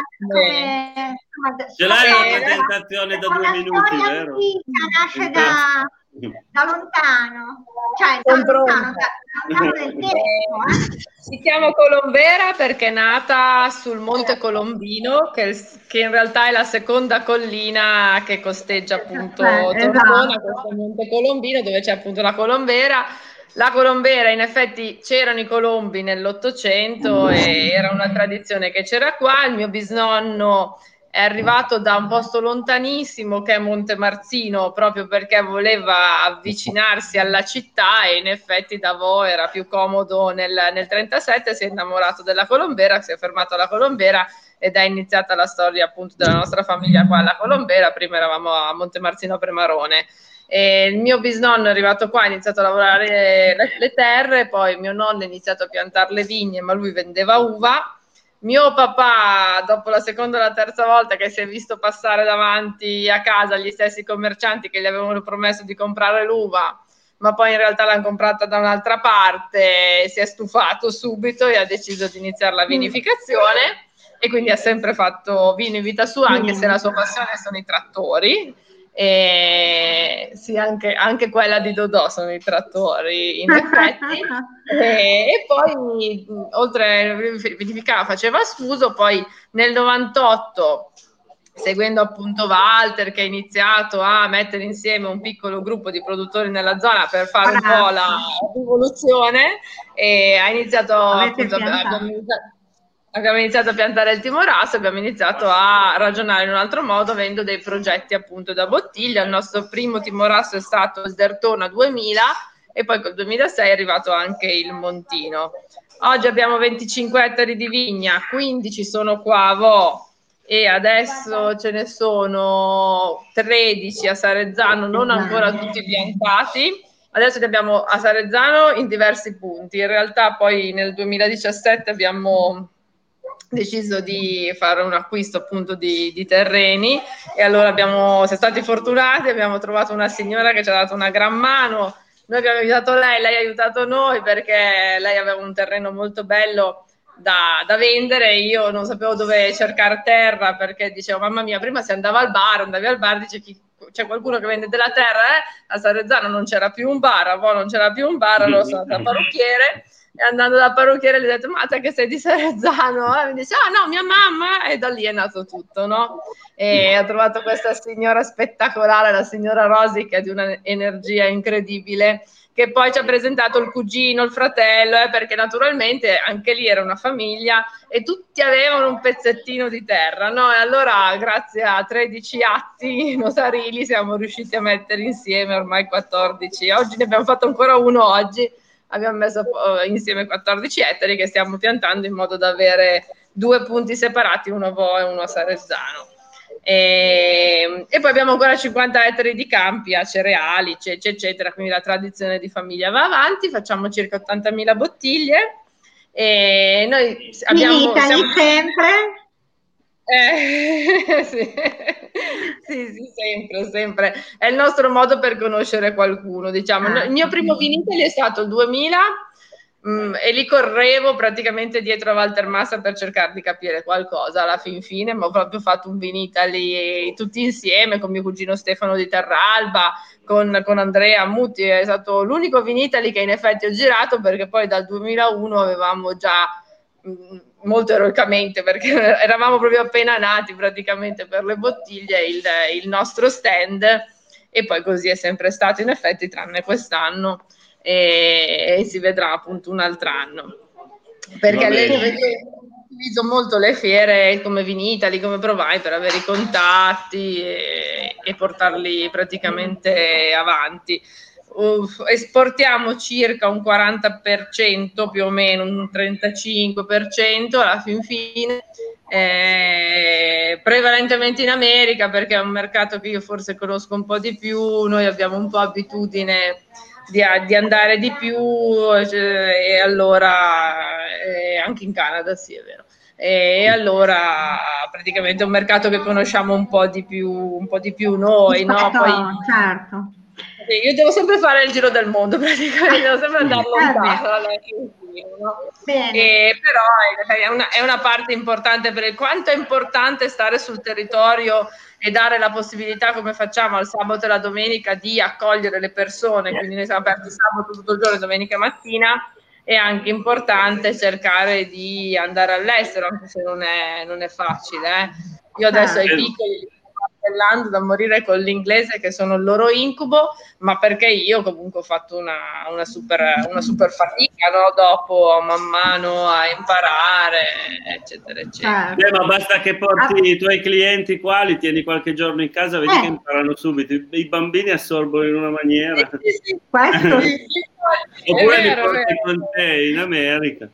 Ce l'hai la presentazione da 2 minuti, vero? Nasce da lontano, cioè da passiamo nel tempo. Si chiama Colombera perché è nata sul Monte Colombino, che in realtà è la seconda collina che costeggia appunto Tortona, questo Monte Colombino, dove c'è appunto la Colombera. La Colombera, in effetti c'erano i colombi nell'800 e era una tradizione che c'era qua. Il mio bisnonno è arrivato da un posto lontanissimo che è Montemartino, proprio perché voleva avvicinarsi alla città e in effetti Davò era più comodo nel 37, si è innamorato della Colombera, si è fermato alla Colombera ed è iniziata la storia appunto della nostra famiglia qua alla Colombera. Prima eravamo a Montemartino Premarone. E il mio bisnonno è arrivato qua, ha iniziato a lavorare le terre, poi mio nonno ha iniziato a piantare le vigne, ma lui vendeva uva. Mio papà, dopo la seconda o la terza volta che si è visto passare davanti a casa gli stessi commercianti che gli avevano promesso di comprare l'uva, ma poi in realtà l'hanno comprata da un'altra parte, si è stufato subito e ha deciso di iniziare la vinificazione e quindi ha sempre fatto vino in vita sua, anche se la sua passione sono i trattori. E sì, anche quella di Dodò sono i trattori in effetti. E poi oltre vinificava, faceva sfuso. Poi nel 98, seguendo appunto Walter, che ha iniziato a mettere insieme un piccolo gruppo di produttori nella zona per fare un po' la rivoluzione, e ha iniziato appunto, abbiamo iniziato a piantare il timorasso, abbiamo iniziato a ragionare in un altro modo, avendo dei progetti appunto da bottiglia. Il nostro primo timorasso è stato il Dertona 2000 e poi col 2006 è arrivato anche il Montino. Oggi abbiamo 25 ettari di vigna, 15 sono qua a Vo e adesso ce ne sono 13 a Sarezzano, non ancora tutti piantati. Adesso li abbiamo a Sarezzano in diversi punti. In realtà poi nel 2017 abbiamo deciso di fare un acquisto appunto di terreni e allora siamo stati fortunati, abbiamo trovato una signora che ci ha dato una gran mano. Noi abbiamo aiutato lei ha aiutato noi, perché lei aveva un terreno molto bello da vendere. Io non sapevo dove cercare terra, perché dicevo, mamma mia, prima si andava al bar, andavi al bar, dice c'è qualcuno che vende della terra, a Sarezzano non c'era più un bar, a Vo non c'era più un bar, allora sono andata da parrucchiere. E andando dal parrucchiere gli ho detto, ma te che sei di Sarezzano? E mi dice, no, mia mamma, e da lì è nato tutto, no? E ho trovato questa signora spettacolare, la signora Rosi, che è di un'energia incredibile, che poi ci ha presentato il cugino, il fratello, perché naturalmente anche lì era una famiglia e tutti avevano un pezzettino di terra, no? E allora grazie a 13 atti notarili siamo riusciti a mettere insieme ormai 14. Oggi ne abbiamo fatto ancora uno oggi. Abbiamo messo insieme 14 ettari che stiamo piantando in modo da avere 2 punti separati, uno a Vo e uno a Sarezzano. E poi abbiamo ancora 50 ettari di campi a cereali, eccetera, quindi la tradizione di famiglia va avanti. Facciamo circa 80.000 bottiglie e noi abbiamo sempre. Sì, sempre. È il nostro modo per conoscere qualcuno, diciamo. Il mio primo Vinitaly è stato il 2000 e lì correvo praticamente dietro a Walter Massa per cercare di capire qualcosa. Alla fine, ma ho proprio fatto un Vinitaly tutti insieme con mio cugino Stefano di Terralba, con Andrea Mutti. È stato l'unico Vinitaly che in effetti ho girato, perché poi dal 2001 avevamo già molto eroicamente, perché eravamo proprio appena nati praticamente per le bottiglie, il nostro stand, e poi così è sempre stato in effetti, tranne quest'anno, e si vedrà appunto un altro anno, perché utilizzo molto le fiere come Vinitaly, come Provai, per avere i contatti e portarli praticamente avanti. Esportiamo circa un 40%, più o meno un 35% alla fine, prevalentemente in America, perché è un mercato che io forse conosco un po' di più. Noi abbiamo un po' abitudine di andare di più, e allora anche in Canada, sì, è vero. E allora praticamente è un mercato che conosciamo un po' di più noi, no? Poi, certo. Io devo sempre fare il giro del mondo, praticamente, devo sempre andare lontano. No? Però è una parte importante, per quanto è importante stare sul territorio e dare la possibilità, come facciamo al sabato e la domenica, di accogliere le persone. Quindi noi siamo aperti sabato tutto il giorno e domenica mattina, è anche importante cercare di andare all'estero, anche se non è facile. Io adesso ai piccoli li sto appellando da morire con l'inglese, che sono il loro incubo, ma perché io comunque ho fatto una super fatica, no? Dopo man mano a imparare, eccetera, eccetera. Ma basta che porti i tuoi clienti qua, li tieni qualche giorno in casa, vedi che imparano subito. I bambini assorbono in una maniera. Questo Oppure li porti con te in America.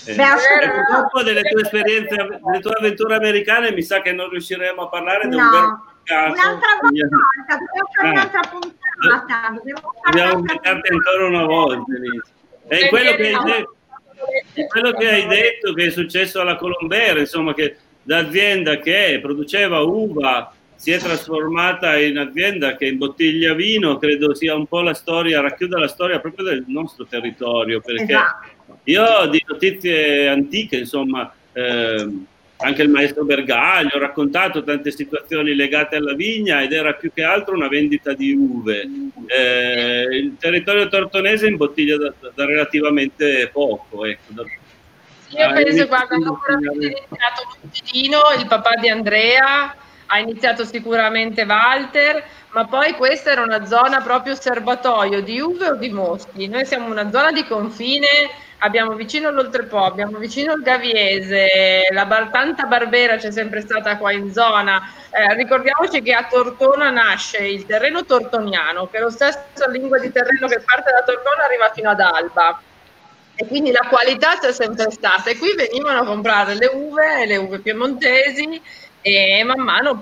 Dopo delle tue esperienze, delle tue avventure americane, mi sa che non riusciremo a parlare di un vero caso. Un'altra volta, dobbiamo fare un'altra puntata. Dobbiamo beccarti ancora una volta. E quello che hai detto che è successo alla Colombera, insomma, che l'azienda che produceva uva si è trasformata in azienda che imbottiglia vino, credo sia un po' la storia, racchiude la storia proprio del nostro territorio, perché io ho di notizie antiche, insomma, anche il maestro Bergaglio ha raccontato tante situazioni legate alla vigna, ed era più che altro una vendita di uve. Il territorio tortonese imbottiglia da relativamente poco, ecco. Io penso, guarda, dopo aver iniziato Lucidino, il papà di Andrea, ha iniziato sicuramente Walter, ma poi questa era una zona proprio serbatoio di uve o di moschi. Noi siamo una zona di confine, abbiamo vicino l'Oltrepo, abbiamo vicino il Gaviese, tanta Barbera c'è sempre stata qua in zona. Ricordiamoci che a Tortona nasce il terreno tortoniano, che è lo stesso lingua di terreno che parte da Tortona e arriva fino ad Alba. E quindi la qualità c'è sempre stata. E qui venivano a comprare le uve piemontesi, e man mano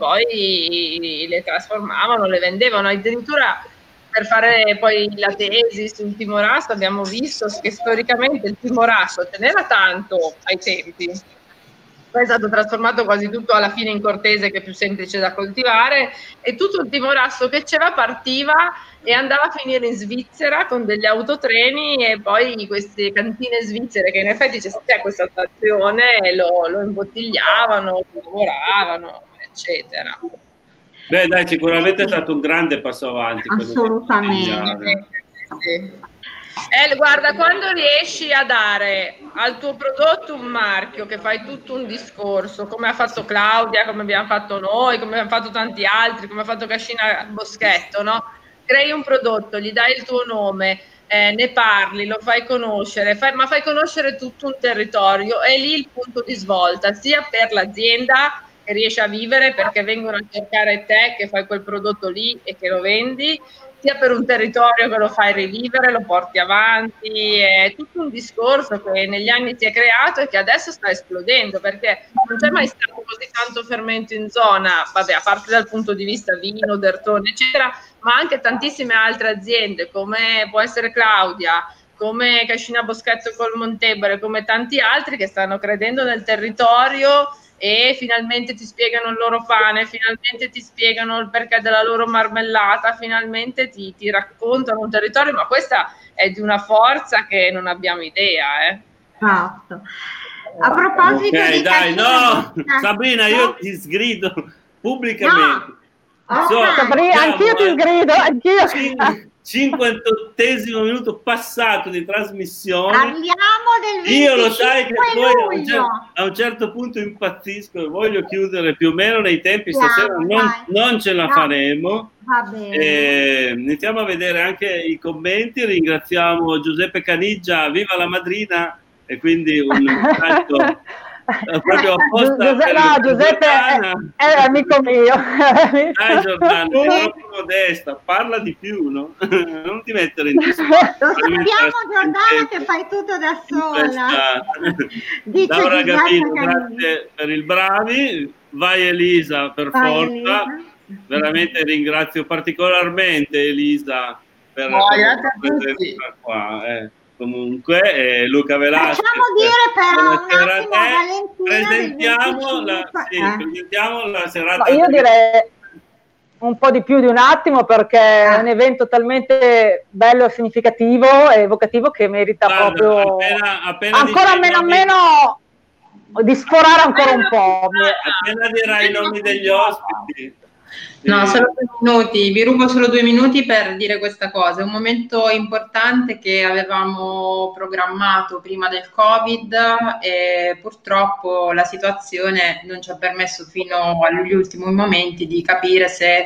poi le trasformavano, le vendevano. Addirittura per fare poi la tesi sul timorasso abbiamo visto che storicamente il timorasso teneva tanto ai tempi, poi è stato trasformato quasi tutto alla fine in cortese, che è più semplice da coltivare, e tutto il timorasso che c'era partiva e andava a finire in Svizzera con degli autotreni, e poi queste cantine svizzere, che in effetti c'è questa stazione, lo imbottigliavano, lavoravano, eccetera. Beh, dai, sicuramente è stato un grande passo avanti. Assolutamente. Sì. Guarda, quando riesci a dare al tuo prodotto un marchio, che fai tutto un discorso, come ha fatto Claudia, come abbiamo fatto noi, come hanno fatto tanti altri, come ha fatto Cascina Boschetto, no? Crei un prodotto, gli dai il tuo nome, ne parli, lo fai conoscere, ma fai conoscere tutto un territorio, è lì il punto di svolta, sia per l'azienda che riesce a vivere perché vengono a cercare te che fai quel prodotto lì e che lo vendi, sia per un territorio che lo fai rivivere, lo porti avanti. È tutto un discorso che negli anni si è creato e che adesso sta esplodendo, perché non c'è mai stato così tanto fermento in zona, vabbè, a parte dal punto di vista vino, Dertone, eccetera, ma anche tantissime altre aziende, come può essere Claudia, come Cascina Boschetto col Montebore, come tanti altri che stanno credendo nel territorio e finalmente ti spiegano il loro pane, finalmente ti spiegano il perché della loro marmellata, finalmente ti raccontano un territorio, ma questa è di una forza che non abbiamo idea. Esatto. A proposito di dai, no, Sabrina, io ti sgrido pubblicamente. No. Sabrina, anch'io ti sgrido, anch'io. 58esimo minuto passato di trasmissione. Parliamo del 25 Io lo sai che poi luglio. a un certo punto impazzisco e voglio chiudere più o meno nei tempi. Stasera non ce la faremo. Va bene. Iniziamo a vedere anche i commenti. Ringraziamo Giuseppe Caniggia, viva la madrina, e quindi un messaggio proprio apposta. Giuseppe è amico mio. Dai Giordano, sei troppo modesta, parla di più, no? Non ti mettere in difficoltà. Lo sappiamo, Giordano, che fai tutto da sola. Laura Gavino, grazie per il bravi. Vai Elisa, per forza. Elisa. Veramente ringrazio particolarmente Elisa per la presenza qua. Comunque Luca Velasquez, facciamo dire però presentiamo la serata. No, io direi un po' di più di un attimo, perché è un evento talmente bello, significativo e evocativo che merita proprio appena ancora meno di sforare ancora un po'. Appena dirai i nomi degli ospiti. No, solo 2 minuti, vi rubo solo 2 minuti per dire questa cosa. È un momento importante che avevamo programmato prima del Covid e purtroppo la situazione non ci ha permesso fino agli ultimi momenti di capire se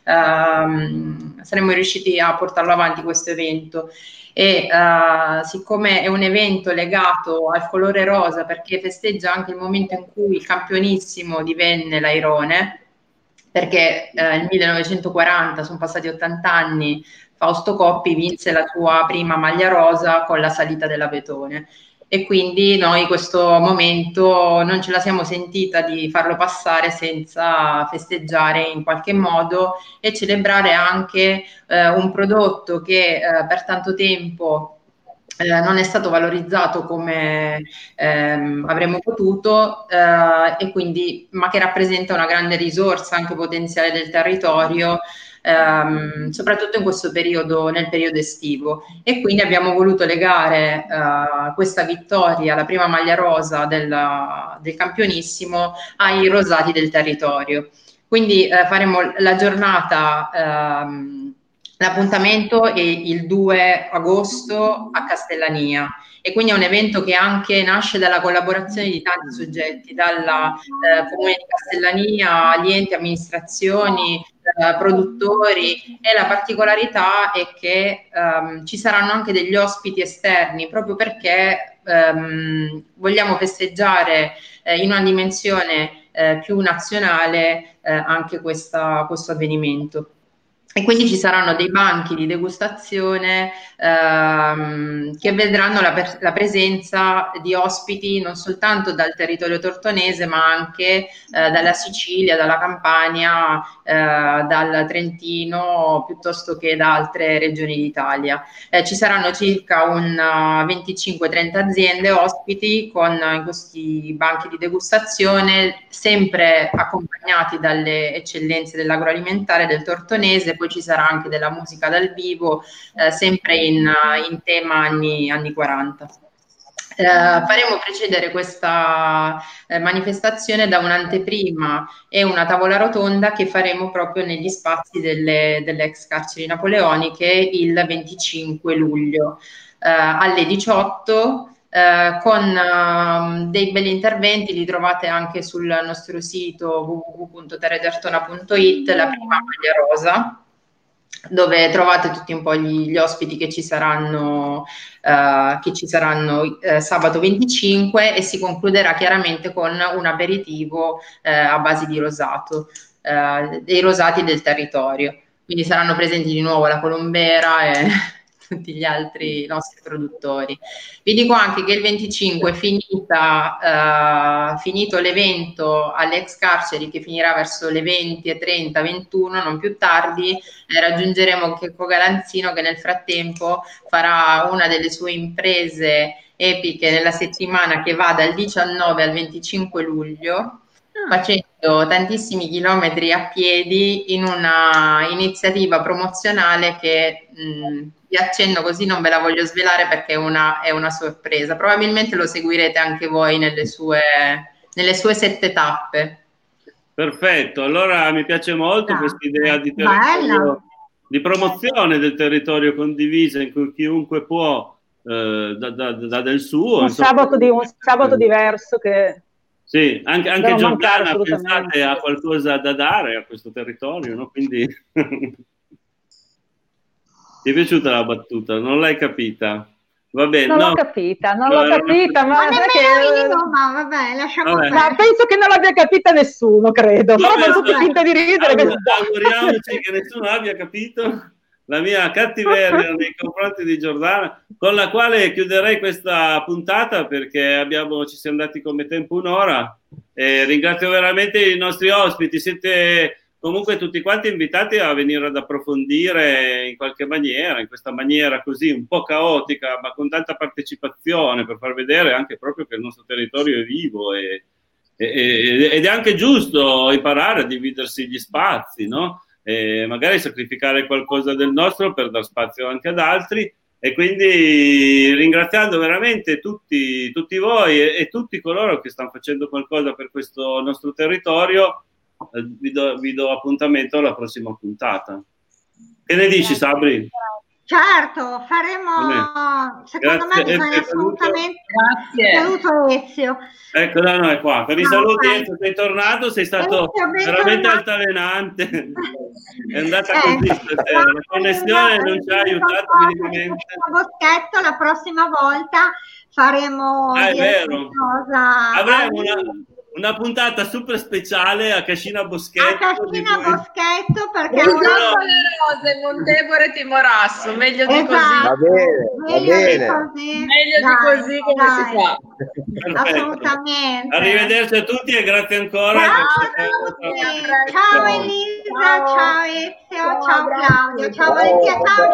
saremmo riusciti a portarlo avanti questo evento. E siccome è un evento legato al colore rosa, perché festeggia anche il momento in cui il campionissimo divenne l'Airone, perché nel 1940, sono passati 80 anni, Fausto Coppi vinse la sua prima maglia rosa con la salita dell'Abetone, e quindi noi questo momento non ce la siamo sentita di farlo passare senza festeggiare in qualche modo e celebrare anche un prodotto che per tanto tempo non è stato valorizzato come avremmo potuto, e quindi, ma che rappresenta una grande risorsa anche potenziale del territorio, soprattutto in questo periodo, nel periodo estivo. E quindi abbiamo voluto legare questa vittoria, la prima maglia rosa del campionissimo, ai rosati del territorio. Quindi faremo la giornata, l'appuntamento è il 2 agosto a Castellania, e quindi è un evento che anche nasce dalla collaborazione di tanti soggetti, dalla Comune di Castellania agli enti, amministrazioni, produttori, e la particolarità è che ci saranno anche degli ospiti esterni, proprio perché vogliamo festeggiare in una dimensione più nazionale anche questo avvenimento. E quindi ci saranno dei banchi di degustazione che vedranno la presenza di ospiti non soltanto dal territorio tortonese, ma anche dalla Sicilia, dalla Campania, dal Trentino, piuttosto che da altre regioni d'Italia. Ci saranno circa 25-30 aziende ospiti in questi banchi di degustazione, sempre accompagnati dalle eccellenze dell'agroalimentare del tortonese. Poi ci sarà anche della musica dal vivo, sempre in tema anni 40. Faremo precedere questa manifestazione da un'anteprima e una tavola rotonda che faremo proprio negli spazi delle ex carceri napoleoniche il 25 luglio alle 18. Con dei belli interventi, li trovate anche sul nostro sito www.terretortona.it, la prima maglia rosa, dove trovate tutti un po' gli ospiti che ci saranno sabato 25, e si concluderà chiaramente con un aperitivo a base di rosato, dei rosati del territorio. Quindi saranno presenti di nuovo la Colombera e tutti gli altri nostri produttori. Vi dico anche che il 25, finito l'evento alle ex carceri, che finirà verso le 20:30, 21, non più tardi, raggiungeremo Checco Galanzino, che nel frattempo farà una delle sue imprese epiche nella settimana che va dal 19 al 25 luglio, facendo tantissimi chilometri a piedi in una iniziativa promozionale che vi accenno, così non ve la voglio svelare perché è una sorpresa. Probabilmente lo seguirete anche voi nelle sue 7 tappe. Perfetto, allora mi piace molto questa idea di territorio, di promozione del territorio condivisa, in cui chiunque può dà del suo. Un sabato diverso che... Sì, anche Giordana, pensate, ha qualcosa da dare a questo territorio, no? Quindi ti è piaciuta la battuta? Non l'hai capita? Va bene, non l'ho capita, ma vabbè, lasciamo perdere. Ma penso che non l'abbia capita nessuno, credo. Però per tutti finta di ridere. Auguriamoci che nessuno abbia capito la mia cattiveria nei confronti di Giordana, con la quale chiuderei questa puntata, perché ci siamo dati come tempo un'ora. Ringrazio veramente i nostri ospiti. Siete comunque tutti quanti invitati a venire ad approfondire in qualche maniera, in questa maniera così un po' caotica, ma con tanta partecipazione, per far vedere anche proprio che il nostro territorio è vivo ed è anche giusto imparare a dividersi gli spazi, no? E magari sacrificare qualcosa del nostro per dar spazio anche ad altri. E quindi, ringraziando veramente tutti voi e tutti coloro che stanno facendo qualcosa per questo nostro territorio, vi do appuntamento alla prossima puntata. Che ne dici, Sabri? Certo, faremo, secondo me bisogna assolutamente. Grazie. Saluto Ezio. Ecco, no, è qua. Per i saluti, Ezio, sei tornato, sei stato veramente altalenante. È andata così stasera, la connessione non ci ha aiutato minimamente. Boschetto, la prossima volta faremo è vero. qualcosa. Avremo una puntata super speciale a Cascina Boschetto. A Cascina Boschetto, perché le rose, Montevore Timorasso, meglio di così. Va bene, va bene. Meglio di così come si fa. Perfetto. Assolutamente. Arrivederci a tutti e grazie ancora. Ciao a tutti. Ciao Elisa, ciao Ezio, ciao Claudio, ciao Valentina, ciao